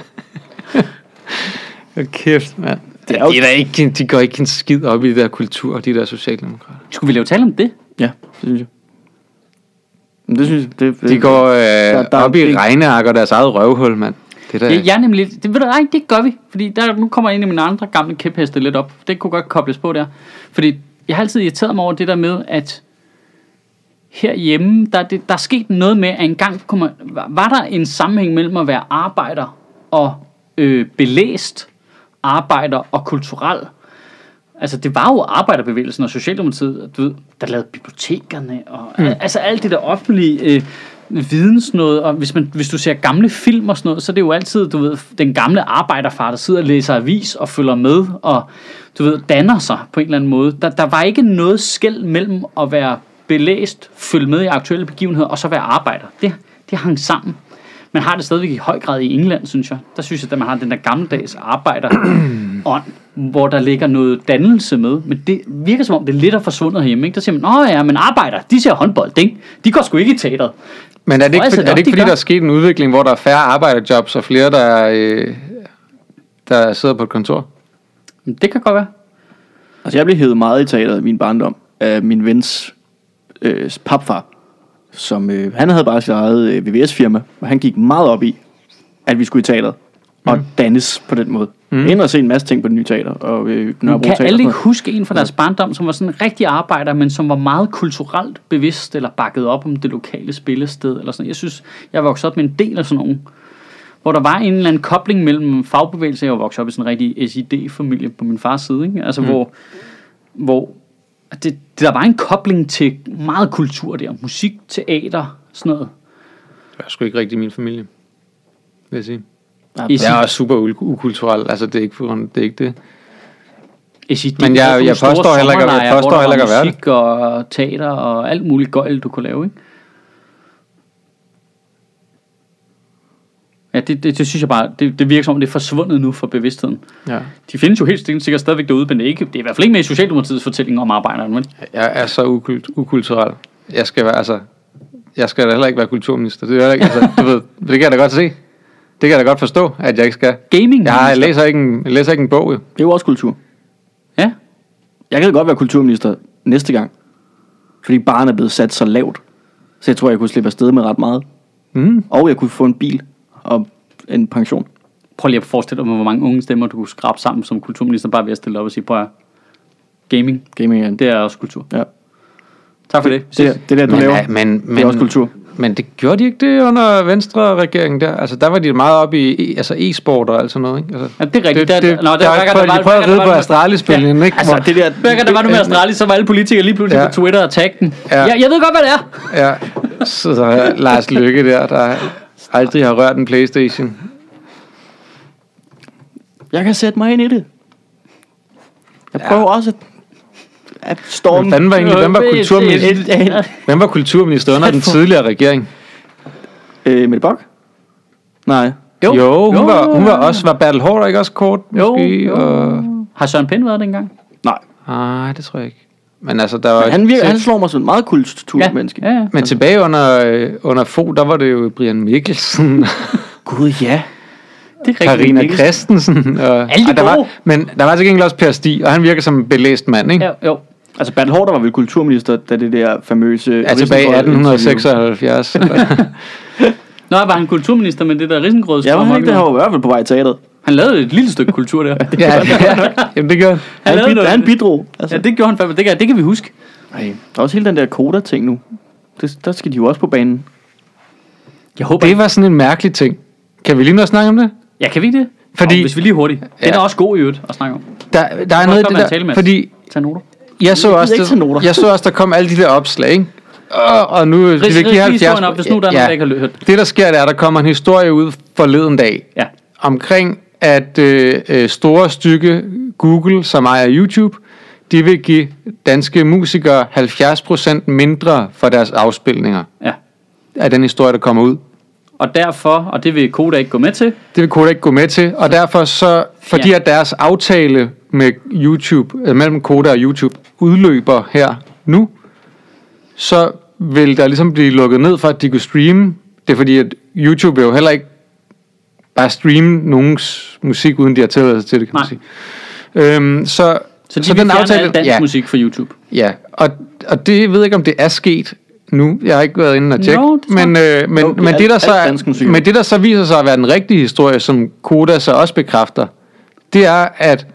Hvor kæft, mand. Det er De, jo- er der ikke, de går ikke en skid op i det der kultur, de der socialdemokrater. Skulle vi lave tale om det? Ja, det synes jeg. Men det synes jeg, det, det De går øh, der er op i en- regneark og deres eget røvhul, mand. Det der, Ja, jeg er nemlig lidt, det ved du, nej, det gør vi. Fordi der, nu kommer en af mine andre gamle kæpheste lidt op. Det kunne godt kobles på der. Fordi jeg har altid irriteret mig over det der med, at herhjemme, der, det, der er sket noget med, at engang kunne man, var, var der en sammenhæng mellem at være arbejder og øh, belæst arbejder og kulturel. Altså, det var jo arbejderbevægelsen og Socialdemokratiet, du ved, der lavede bibliotekerne og mm. altså alt det der offentlige øh, vidensnåde. Og hvis, man, hvis du ser gamle film og sådan noget, så er det jo altid, du ved, den gamle arbejderfar, der sidder og læser avis og følger med og, du ved, danner sig på en eller anden måde. Der, der var ikke noget skel mellem at være belæst, følge med i aktuelle begivenheder og så være arbejder. Det, det hang sammen. Man har det stadigvæk i høj grad i England, synes jeg. Der synes jeg, at man har den der gammeldags arbejderånd, hvor der ligger noget dannelse med. Men det virker som om, det er lidt er forsvundet herhjemme. Ikke? Der siger man, åh ja, men arbejder, de ser håndbold, ikke? De går sgu ikke i teateret. Men er det ikke, Altså, er det nok, ikke de fordi, gør. der er sket en udvikling, hvor der er færre arbejderjobs og flere, der, øh, der sidder på et kontor? Men det kan godt være. Altså, jeg blev hævet meget i teateret i min barndom af min vens øh, papfar, som øh, han havde bare sit eget øh, V V S-firma, og han gik meget op i, at vi skulle i teateret og Mm. dannes på den måde. Mm. Mm. Ind og se en masse ting på det nye teater. Og, øh, Men Nørrebro kan Teater alle og ikke sådan huske en fra deres barndom, som var sådan en rigtig arbejder, men som var meget kulturelt bevidst, eller bakket op om det lokale spillested, eller sådan. Jeg synes, jeg voksede op med en del af sådan nogle, hvor der var en eller anden kobling mellem fagbevægelse, jeg var vokset op i sådan en rigtig S I D-familie på min fars side, ikke? Altså, mm. hvor, hvor det, der var en kobling til meget kultur der, musik, teater, sådan noget. Det er sgu ikke rigtig min familie, vil jeg sige. noget. I Jeg er også super u- ukulturel, altså det er ikke, for, det er ikke det. S I D, Men jeg- der var jeg nogle store påstår heller ikke at- jeg sommerlejre, påstår hvor der heller ikke var at være musik og teater og alt muligt gøjl, du kunne lave, ikke? Ja, det, det, det synes jeg bare, det, det virker som om, det er forsvundet nu fra bevidstheden. Ja. De findes jo helt sikkert stadigvæk derude, men det er, ikke, det er i hvert fald ikke med i Socialdemokratiets fortælling om arbejderne. Men Jeg er så ukult, ukulturel. Jeg skal være, altså, jeg skal da heller ikke være kulturminister. Det er heller ikke, altså, du ved, det kan jeg da godt se. Det kan jeg da godt forstå, at jeg ikke skal. gaming. Jeg, jeg, læser, ikke en, jeg læser ikke en bog, jo. Det er jo også kultur. Ja, Jeg kan da godt være kulturminister næste gang, fordi barnet er blevet sat så lavt, Så jeg tror, jeg kunne slippe afsted med ret meget. Mm. Og jeg kunne få en bil og en pension. Prøv lige at forestille dig, hvor mange unge stemmer du kunne skrabe sammen som kulturminister, bare ved at stille op og sige, prøv at gaming, Gaming er det er også kultur. Ja. Tak for det. Det, det, det der, du Men, laver, ja, men, det er men, også kultur. men det gjorde de ikke det under Venstre-regeringen der? Altså, der var de meget oppe i e- altså e-sport og alt sådan noget, ikke? Altså, Ja, det er rigtigt. det, Det, det, det, nå, der, der, der, der, der, der, de prøvede at ride på Astralis-spillen, Ja. ikke? Altså, det der... Hver gang der var nu med Astralis, så var alle politikere lige pludselig Ja. på Twitter og tagge den. Ja. Ja. Jeg, jeg ved godt, hvad det er. Ja, så, så Lars Løkke der, der aldrig har rørt en PlayStation. Jeg kan sætte mig ind i det. Jeg prøver ja. også at, at storme... Hvem var egentlig, hvem var Øh, kulturminister, Et, et, hvem var kulturminister under den tidligere regering? øh, Mette Bock? Nej. Jo, jo, hun, jo, var, hun var jo. også, var Bertel Haarder ikke også kort, måske? Jo, Og... Har Søren Pind været dengang? Nej. Nej, det tror jeg ikke. Men altså, der var... Men han, virker, han slår mig som en meget kulturmenneske. Ja, ja. Men tilbage under, øh, under Fogh, der var det jo Brian Mikkelsen, Gud, ja. Det er Carina rigtigt. Christensen. Og, Alle de og der var, gode. men der var til gengæld også Per Stig, og han virker som en belæst mand, ikke? Ja, jo. Altså, Bertel Haarder var vel kulturminister, da det der famøse... Ja, tilbage i atten seksoghalvfjerds. Nå, var han kulturminister med det der risengrød? Ja, var han ikke det? Han var i hvert fald på vej i teateret. Han lavede et lille stykke kultur der. ja, ja, jamen det gør han. Han, lavede bid, noget- han bidrog. Altså. Ja, det gjorde han fandme. Det kan, det kan vi huske. Ej, der er også hele den der Koda-ting nu. Det, der skal de jo også på banen. Jeg håber Det ikke. var sådan en mærkelig ting. Kan vi lige nå snakke om det? Ja, kan vi ikke det? Fordi- Nå, hvis vi lige hurtigt. Den Ja. er også god i øvrigt at snakke om. Der, der er noget i godt det være en tale, der, Mads. fordi Tag noter. jeg så Jeg også, gider ikke tage noter. der, jeg så også, der kom alle de der opslag, ikke? Og, og nu, de Rids, vil rids give lige halvfjerds. historien op, hvis nu der er nogen, der ikke har hørt. Det der sker, det er, at der kommer en historie ud forleden dag, Ja. omkring at øh, øh, store stykke Google, som ejer YouTube, de vil give danske musikere halvfjerds procent mindre for deres afspilninger Ja. af den historie, der kommer ud. Og derfor, og det vil Koda ikke gå med til, Det vil Koda ikke gå med til, og derfor så, fordi Ja. at deres aftale med YouTube, øh, mellem Koda og YouTube, udløber her nu, så vil der ligesom blive lukket ned for, at de kunne streame. Det er fordi, at YouTube vil jo heller ikke bare streame nogens musik, uden de har tilladelse til det, kan man Nej. sige. Øhm, så, så de så vil fjerne aftale, al dansk ja, musik fra YouTube. ja, og, og det jeg ved ikke, om det er sket nu. Jeg har ikke været inde og tjekke. Jo, det tror men, øh, men, Jo, det er men, det, der alt- så alt er, dansk musik. men det, der så viser sig at være den rigtige historie, som Koda så også bekræfter, det er, at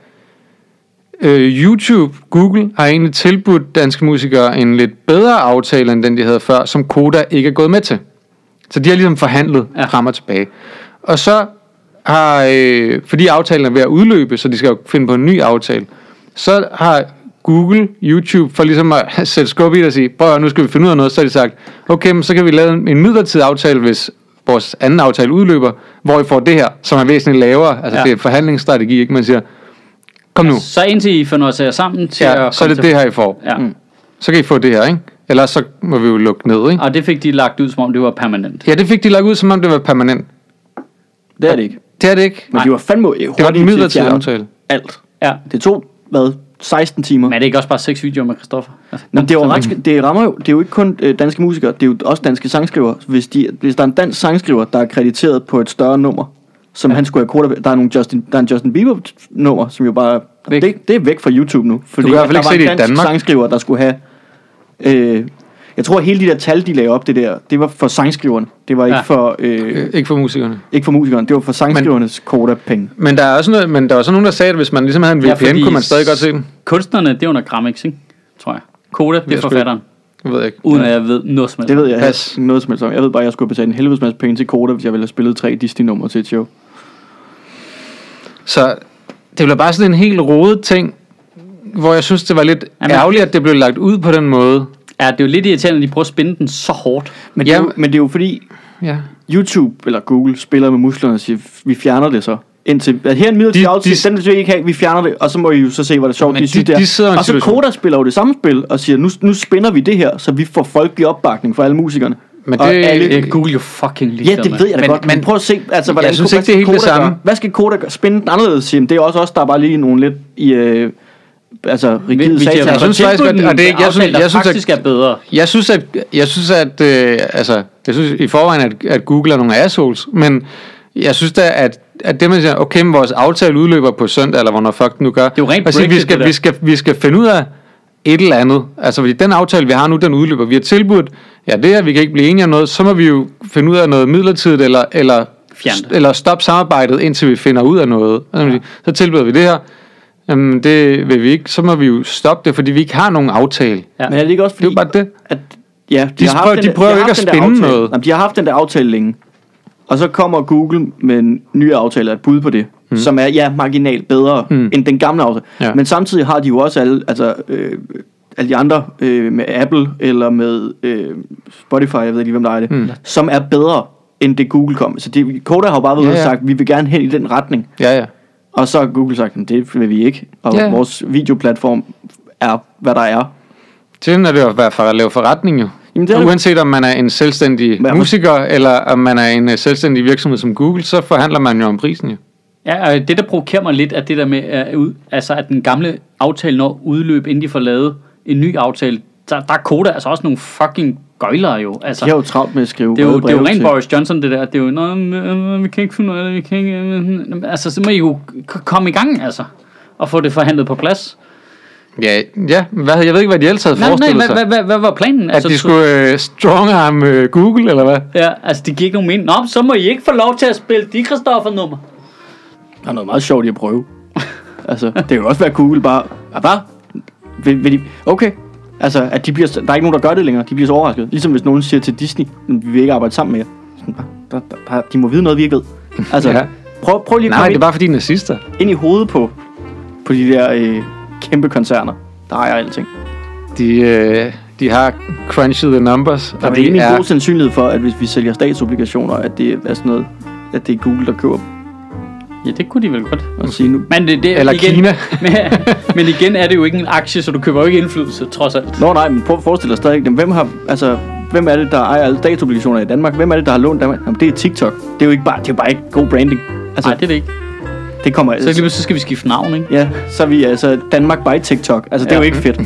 øh, YouTube, Google, har egentlig tilbudt danske musikere en lidt bedre aftale, end den de havde før, som Koda ikke er gået med til. Så de har ligesom forhandlet Ja. ja. frem og tilbage. Og så har, øh, fordi aftalen er ved at udløbe, så de skal jo finde på en ny aftale, så har Google, YouTube, for ligesom at sætte skub i det og sige, prøv at høre, nu skal vi finde ud af noget, så har de sagt, okay, men så kan vi lave en, en midlertidig aftale, hvis vores anden aftale udløber, hvor I får det her, som er væsentligt lavere. Altså Ja. ja. det er forhandlingsstrategi, ikke? Man siger, kom nu, Så indtil I finder os sammen til ja, at så er komme det til... det her, I får. Ja. Mm. Så kan I få det her, ikke? Ellers så må vi jo lukke ned, ikke? Og det fik de lagt ud, som om det var permanent. Ja, det fik de lagt ud, som om det var permanent. Det er det ikke. Det er det ikke. Men de var fandme hurtigt Det var den til at midlertidige fjerne aftale. alt. Ja. Det tog, hvad, seksten timer. Men er det ikke også bare seks videoer med Christoffer? Altså, Nå, det, er jo ret, sk- det rammer jo, det er jo ikke kun øh, danske musikere, det er jo også danske sangskrivere. Hvis, de, hvis der er en dansk sangskriver, der er krediteret på et større nummer, som ja. han skulle have kodet, der er, nogle Justin, der er en Justin Bieber nummer, som jo bare, Væk. det, det er væk fra YouTube nu. Fordi kan i hvert fald der ikke var se en det i dansk Danmark. sangskriver, der skulle have, øh, jeg tror hele de der tal, de lagde op, det der, det var for sangskriverne. Det var ikke Ja. for, øh, Øh, ikke for musikerne. ikke for musikerne, det var for sangskrivernes koda-penge. Men der er også noget, men der var også nogen, der sagde, at hvis man ligesom havde en V P N, Ja, ja, fordi kunne man stadig godt se den. Kunstnerne, det er under Grammix, ikke? Tror jeg. Koda, det er Jeg skulle- forfatteren. Jeg ved ikke. Uden at jeg ved noget som helst. Det ved jeg Pas. ikke noget som helst om. Jeg ved bare, at jeg skulle betale en helvedes masse penge til Koda, hvis jeg ville have spillet tre Disney-numre til et show. Så det blev bare sådan en helt rodet ting, hvor jeg synes, det var lidt Jamen, ærgerligt, at det blev lagt ud på den måde. Ja, det er jo lidt irriterende, at de prøver at spænde den så hårdt. Men det, er jo, Jamen- men det er jo fordi, Ja. YouTube eller Google spiller med musklerne og siger, vi fjerner det så. Indtil, at her er en midlertidig De- aftale, de- den vil vi ikke have, vi fjerner det, og så må I jo så se, hvad det er sjovt, Men de synes de- det er. de sidder i en Og så situation. Koda spiller jo det samme spil og siger, nu, nu spænder vi det her, så vi får folkelig opbakning for alle musikerne. Men Og det- alle, Det er Google jo fucking ja, ligeglad det ved jeg da Men- godt, men, men- prøv at se, altså, hvordan Jeg synes hvad ikke, det er skal helt det Koda samme. gøre? Hvad skal Koda gøre? Spænde den anderledes? Sige, det er også os, der er bare lige nogle lidt i, øh, altså, rigide Vi, vi satan. Jeg synes faktisk, at- og det er ikke- jeg synes- der jeg synes, at- faktisk er bedre. Jeg synes, at, jeg synes, at øh, altså, jeg synes i forvejen, at, at Google er nogle assholes, men jeg synes da, at, at det man siger, okay, men vores aftale udløber på søndag, eller hvornår fuck den nu gør. Det er jo rent og siger, vi, Brexit, skal, det der. vi, skal, vi skal finde ud af, et eller andet. Altså, fordi den aftale, vi har nu, den udløber. Vi har tilbudt, ja, det er, vi kan ikke blive enige om noget, så må vi jo finde ud af noget midlertidigt, eller, eller, eller stoppe samarbejdet, indtil vi finder ud af noget. Altså, så tilbyder vi det her. Jamen, det vil vi ikke. Så må vi jo stoppe det, fordi vi ikke har nogen aftale. Ja. Men er det ikke også fordi, det er bare det. At, ja, de, de, har prøver, den, de prøver de ikke at spinde noget. Jamen, de har haft den der aftale længe. Og så kommer Google med en ny aftale, et bud på det, mm. som er, ja, marginalt bedre mm. end den gamle aftale. Ja. Men samtidig har de jo også alle, altså, øh, alle de andre øh, med Apple eller med øh, Spotify, jeg ved ikke hvem der er det, mm. som er bedre end det Google kom. Så det, Koda har jo bare været ja, ja. sagt, vi vil gerne hen i den retning. Ja, ja. Og så har Google sagt, det vil vi ikke. Og ja. vores videoplatform er, hvad der er. Sådan er det jo for at lave forretning jo. Jamen, det er uanset om man er en selvstændig men, musiker, eller om man er en selvstændig virksomhed som Google, så forhandler man jo om prisen jo. Ja, og det der provokerer mig lidt, er det der med, at, ud, altså, at den gamle aftale når udløb, inden de får lavet en ny aftale. Der, der er Koda altså også nogle fucking gøjlere jo. Altså, de har jo travlt med at skrive. Det er jo, det er jo rent Boris Johnson det der. Det er jo noget, vi kan ikke finde ud af det, vi kan ikke... Altså, så må I jo komme i gang, altså, og få det forhandlet på plads. Ja, ja. Hvad, jeg ved ikke, hvad de ellers havde nej, forestillet nej, sig. Hvad, hvad, hvad var planen? At altså, de skulle uh, strongarm uh, Google, eller hvad? Ja, altså de gik ikke nogen mening. Nå, så må I ikke få lov til at spille de Christoffer-nummer. Der er noget meget sjovt i at prøve. Altså, det kan jo også være Google bare... Hvad? Vil, vil de... Okay. Altså, at de bliver... Der er ikke nogen, der gør det længere. De bliver så overrasket. Ligesom hvis nogen siger til Disney, vi vil ikke arbejde sammen med jer. Sådan, der, der, der, de må vide noget, vi ikke ved. Altså, ja. prøv, prøv lige at komme Nej, det er bare fordi nazister. Ind i hovedet på, på de der... Øh, kæmpe koncerner, der ejer alting. De, øh, de har crunched the numbers. Der er de en god sandsynlighed for, at hvis vi sælger statsobligationer, at det er sådan noget, at det er Google, der køber. Ja, det kunne de vel godt. Og sige nu. Men det, det, Eller igen, Kina. men, men igen er det jo ikke en aktie, så du køber jo ikke indflydelse, trods alt. Nå nej, men prøv at forestille dig stadig, hvem har, altså, hvem er det, der ejer alle statsobligationer i Danmark? Hvem er det, der har lånt Danmark? Jamen, det er TikTok. Det er jo ikke bare, det er bare ikke god branding. Altså, nej, det er det ikke. Det kommer, så, så, så skal vi skifte navn, ikke? Ja, så er vi altså Danmark by TikTok. Altså, det ja. er jo ikke fedt.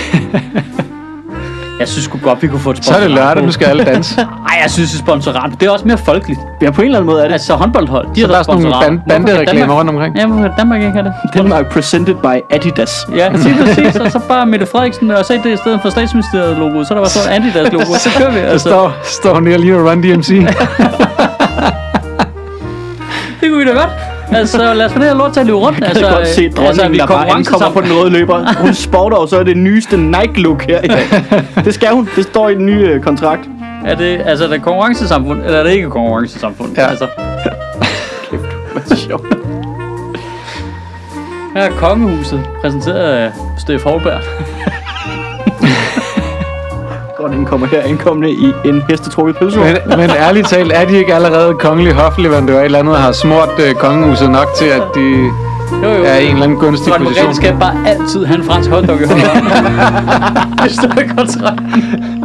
Jeg synes sgu godt, vi kunne få et sponsorat. Så er det lørdag, nu skal alle danse. Nej, jeg synes, det er sponsorat. Det er også mere folkeligt. Ja, på en eller anden måde er det. Altså, håndboldhold, de så har der er sådan nogle band- bandereklamer rundt omkring. Ja, hvorfor Danmark ikke har det? Danmark presented by Adidas. Ja, sige præcis. Og så bare Mette Frederiksen og så det i stedet for statsministeriet logo. Så der var så Adidas logo. Så kører vi altså. Der står, står nede lige og Run D M C. Det kunne vi da godt. Altså, lad os få det her lort til at løbe rundt. Jeg altså, kan godt se dronningen, altså, vi der bare ankommer på den røde løber. Hun sporter og så er det nyeste Nike-look her i dag. Det skal hun. Det står i den nye kontrakt. Er det, altså, er det konkurrencesamfund, eller er det ikke konkurrencesamfund? Ja. Altså. Kæft, hvad sjovt. Her er Kongehuset, præsenteret af Steff Holberg. Den kommer her indkommende i en hestetrukket pølsevogn. Men, men ærligt talt, er de ikke allerede kongelige hofleverandører et eller andet, har smurt øh, kongehuset nok til, at de jo, jo. er i en eller anden gunstig Ron position? Man skal bare altid have en fransk hotdog i hånden. Det står i kontrakten.